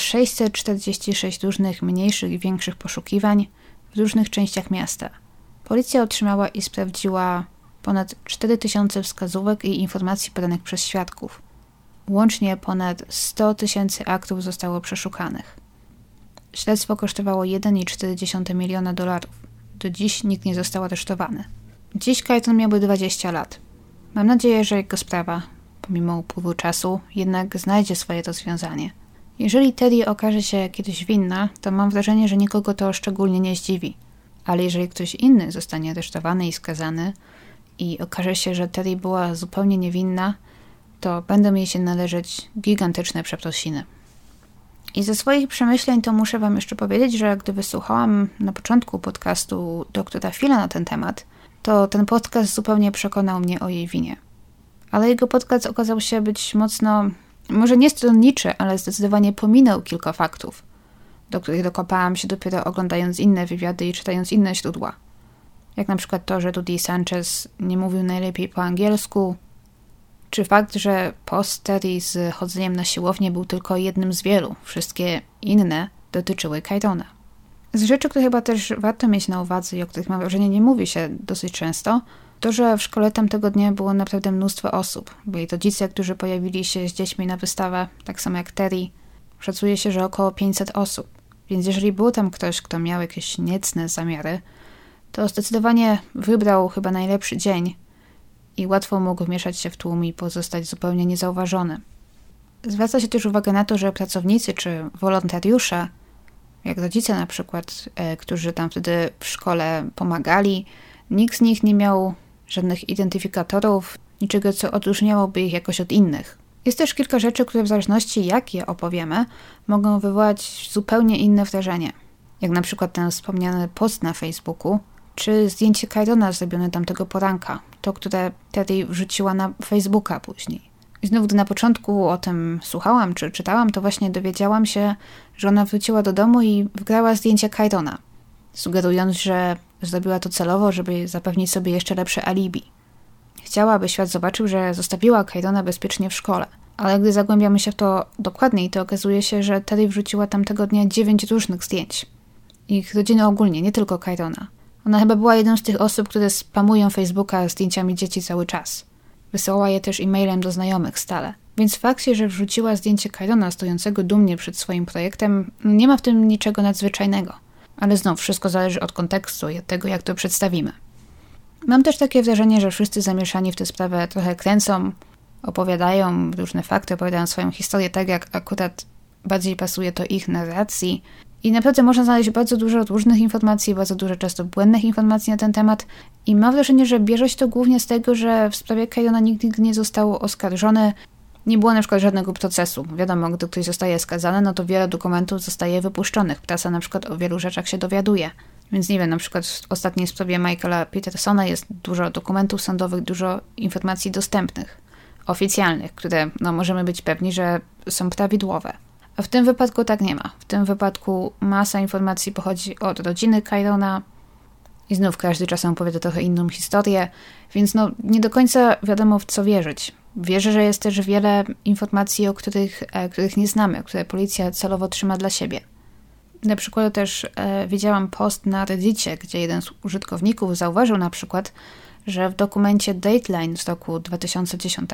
Speaker 1: 646 różnych mniejszych i większych poszukiwań w różnych częściach miasta. Policja otrzymała i sprawdziła ponad 4000 wskazówek i informacji podanych przez świadków. Łącznie ponad 100 000 aktów zostało przeszukanych. Śledztwo kosztowało $1,4 miliona. Do dziś nikt nie został aresztowany. Dziś Kyron miałby 20 lat. Mam nadzieję, że jego sprawa, pomimo upływu czasu, jednak znajdzie swoje rozwiązanie. Jeżeli Terry okaże się kiedyś winna, to mam wrażenie, że nikogo to szczególnie nie zdziwi. Ale jeżeli ktoś inny zostanie aresztowany i skazany i okaże się, że Terry była zupełnie niewinna, to będą jej się należeć gigantyczne przeprosiny. I ze swoich przemyśleń to muszę wam jeszcze powiedzieć, że gdy wysłuchałam na początku podcastu doktora Phila na ten temat, to ten podcast zupełnie przekonał mnie o jej winie. Ale jego podcast okazał się być mocno, może nie stronniczy, ale zdecydowanie pominął kilka faktów, do których dokopałam się dopiero oglądając inne wywiady i czytając inne źródła. Jak na przykład to, że Rudy Sanchez nie mówił najlepiej po angielsku, czy fakt, że post Terry z chodzeniem na siłownię był tylko jednym z wielu. Wszystkie inne dotyczyły Kyrona. Z rzeczy, które chyba też warto mieć na uwadze i o których mam wrażenie nie mówi się dosyć często, to, że w szkole tamtego dnia było naprawdę mnóstwo osób. Byli rodzice, którzy pojawili się z dziećmi na wystawę, tak samo jak Terry. Szacuje się, że około 500 osób. Więc jeżeli był tam ktoś, kto miał jakieś niecne zamiary, to zdecydowanie wybrał chyba najlepszy dzień i łatwo mógł wmieszać się w tłum i pozostać zupełnie niezauważony. Zwraca się też uwagę na to, że pracownicy czy wolontariusze, jak rodzice na przykład, którzy tam wtedy w szkole pomagali, nikt z nich nie miał żadnych identyfikatorów, niczego, co odróżniałoby ich jakoś od innych. Jest też kilka rzeczy, które w zależności jak je opowiemy, mogą wywołać zupełnie inne wrażenie. Jak na przykład ten wspomniany post na Facebooku, czy zdjęcie Kyrona zrobione tamtego poranka, to, które Terry wrzuciła na Facebooka później. I znów, gdy na początku o tym słuchałam czy czytałam, to właśnie dowiedziałam się, że ona wróciła do domu i wgrała zdjęcie Kyrona, sugerując, że zrobiła to celowo, żeby zapewnić sobie jeszcze lepsze alibi. Chciała, aby świat zobaczył, że zostawiła Kyrona bezpiecznie w szkole. Ale gdy zagłębiamy się w to dokładniej, to okazuje się, że Terry wrzuciła tamtego dnia 9 różnych zdjęć. Ich rodziny ogólnie, nie tylko Kyrona. Ona chyba była jedną z tych osób, które spamują Facebooka zdjęciami dzieci cały czas. Wysyłała je też e-mailem do znajomych stale. Więc w fakcie, że wrzuciła zdjęcie Kyrona stojącego dumnie przed swoim projektem, nie ma w tym niczego nadzwyczajnego. Ale znów, wszystko zależy od kontekstu i od tego, jak to przedstawimy. Mam też takie wrażenie, że wszyscy zamieszani w tę sprawę trochę kręcą, opowiadają różne fakty, opowiadają swoją historię tak, jak akurat bardziej pasuje to ich narracji. I naprawdę można znaleźć bardzo dużo różnych informacji, bardzo dużo często błędnych informacji na ten temat. I mam wrażenie, że bierze się to głównie z tego, że w sprawie Kyrona nigdy nie został oskarżony. Nie było na przykład żadnego procesu. Wiadomo, gdy ktoś zostaje skazany, no to wiele dokumentów zostaje wypuszczonych. Prasa na przykład o wielu rzeczach się dowiaduje. Więc nie wiem, na przykład w ostatniej sprawie Michaela Petersona jest dużo dokumentów sądowych, dużo informacji dostępnych, oficjalnych, które możemy być pewni, że są prawidłowe. A w tym wypadku tak nie ma. W tym wypadku masa informacji pochodzi od rodziny Kyrona i znów każdy czasem opowiada trochę inną historię, więc nie do końca wiadomo, w co wierzyć. Wierzę, że jest też wiele informacji, o których nie znamy, które policja celowo trzyma dla siebie. Na przykład też widziałam post na Reddicie, gdzie jeden z użytkowników zauważył na przykład, że w dokumencie Dateline z roku 2010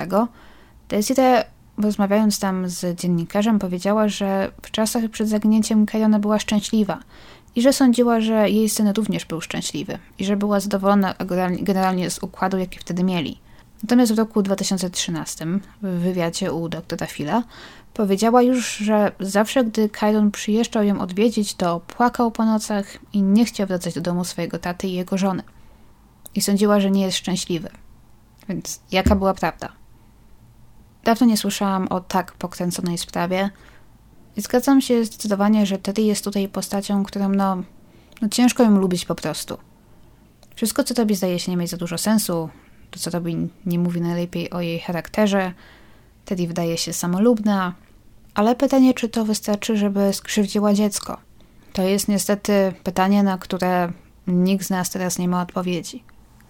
Speaker 1: Desiree, rozmawiając tam z dziennikarzem, powiedziała, że w czasach przed zaginięciem Kyrona była szczęśliwa i że sądziła, że jej syn również był szczęśliwy i że była zadowolona generalnie z układu, jaki wtedy mieli. Natomiast w roku 2013 w wywiadzie u doktora Phila powiedziała już, że zawsze, gdy Kyron przyjeżdżał ją odwiedzić, to płakał po nocach i nie chciał wracać do domu swojego taty i jego żony. I sądziła, że nie jest szczęśliwy. Więc jaka była prawda? Dawno nie słyszałam o tak pokręconej sprawie i zgadzam się zdecydowanie, że Terry jest tutaj postacią, którą ciężko ją lubić po prostu. Wszystko, co robi, zdaje się nie mieć za dużo sensu. To, co robi, nie mówi najlepiej o jej charakterze. Terry wydaje się samolubna, ale pytanie, czy to wystarczy, żeby skrzywdziła dziecko? To jest niestety pytanie, na które nikt z nas teraz nie ma odpowiedzi.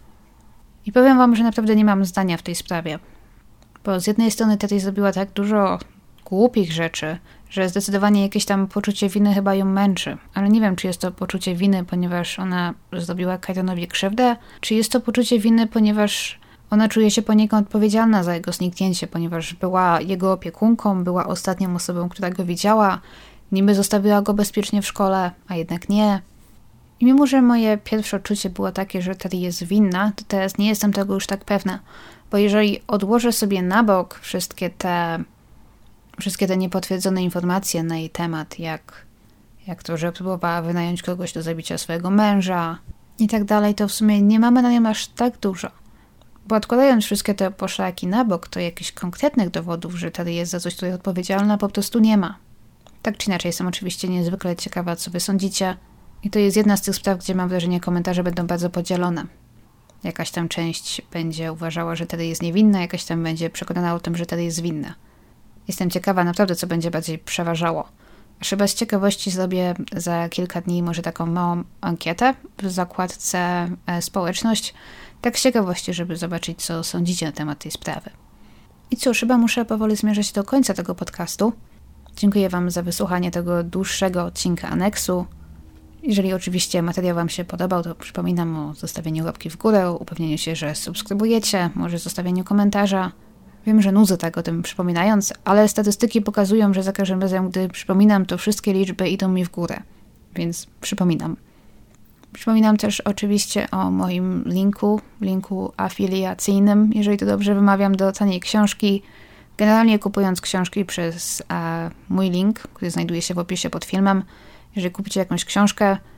Speaker 1: I powiem wam, że naprawdę nie mam zdania w tej sprawie. Bo z jednej strony Terry zrobiła tak dużo głupich rzeczy, że zdecydowanie jakieś tam poczucie winy chyba ją męczy. Ale nie wiem, czy jest to poczucie winy, ponieważ ona zrobiła Kyronowi krzywdę, czy jest to poczucie winy, ponieważ ona czuje się poniekąd odpowiedzialna za jego zniknięcie, ponieważ była jego opiekunką, była ostatnią osobą, która go widziała, niby zostawiła go bezpiecznie w szkole, a jednak nie. I mimo, że moje pierwsze odczucie było takie, że Terry jest winna, to teraz nie jestem tego już tak pewna. Bo jeżeli odłożę sobie na bok wszystkie te niepotwierdzone informacje na jej temat, jak to, że próbowała wynająć kogoś do zabicia swojego męża i tak dalej, to w sumie nie mamy na nią aż tak dużo. Bo odkładając wszystkie te poszlaki na bok, to jakichś konkretnych dowodów, że Terry jest za coś tutaj odpowiedzialna, po prostu nie ma. Tak czy inaczej, jestem oczywiście niezwykle ciekawa, co wy sądzicie. I to jest jedna z tych spraw, gdzie mam wrażenie, komentarze będą bardzo podzielone. Jakaś tam część będzie uważała, że Terry jest niewinna, jakaś tam będzie przekonana o tym, że Terry jest winna. Jestem ciekawa naprawdę, co będzie bardziej przeważało. Aż chyba z ciekawości zrobię za kilka dni może taką małą ankietę w zakładce społeczność. Tak z ciekawości, żeby zobaczyć, co sądzicie na temat tej sprawy. I cóż, chyba muszę powoli zmierzać do końca tego podcastu. Dziękuję wam za wysłuchanie tego dłuższego odcinka aneksu. Jeżeli oczywiście materiał wam się podobał, to przypominam o zostawieniu łapki w górę, upewnieniu się, że subskrybujecie, może zostawieniu komentarza. Wiem, że nudzę tak o tym przypominając, ale statystyki pokazują, że za każdym razem, gdy przypominam, to wszystkie liczby idą mi w górę. Więc przypominam. Przypominam też oczywiście o moim linku afiliacyjnym, jeżeli to dobrze wymawiam, do taniej książki. Generalnie kupując książki przez mój link, który znajduje się w opisie pod filmem, jeżeli kupicie jakąś książkę,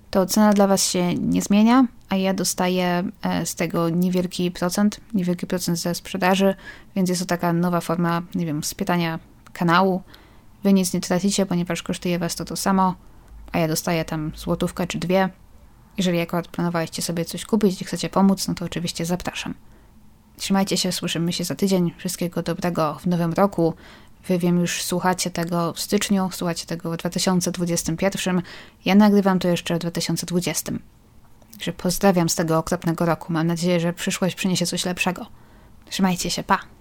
Speaker 1: to cena dla Was się nie zmienia, a ja dostaję z tego niewielki procent ze sprzedaży, więc jest to taka nowa forma, nie wiem, wspierania kanału. Wy nic nie tracicie, ponieważ kosztuje Was to samo, a ja dostaję tam złotówkę czy 2. Jeżeli akurat planowaliście sobie coś kupić i chcecie pomóc, no to oczywiście zapraszam. Trzymajcie się, słyszymy się za tydzień. Wszystkiego dobrego w nowym roku. Wy wiem, już słuchacie tego w styczniu, słuchacie tego w 2021. Ja nagrywam to jeszcze w 2020. Także pozdrawiam z tego okropnego roku. Mam nadzieję, że przyszłość przyniesie coś lepszego. Trzymajcie się, pa!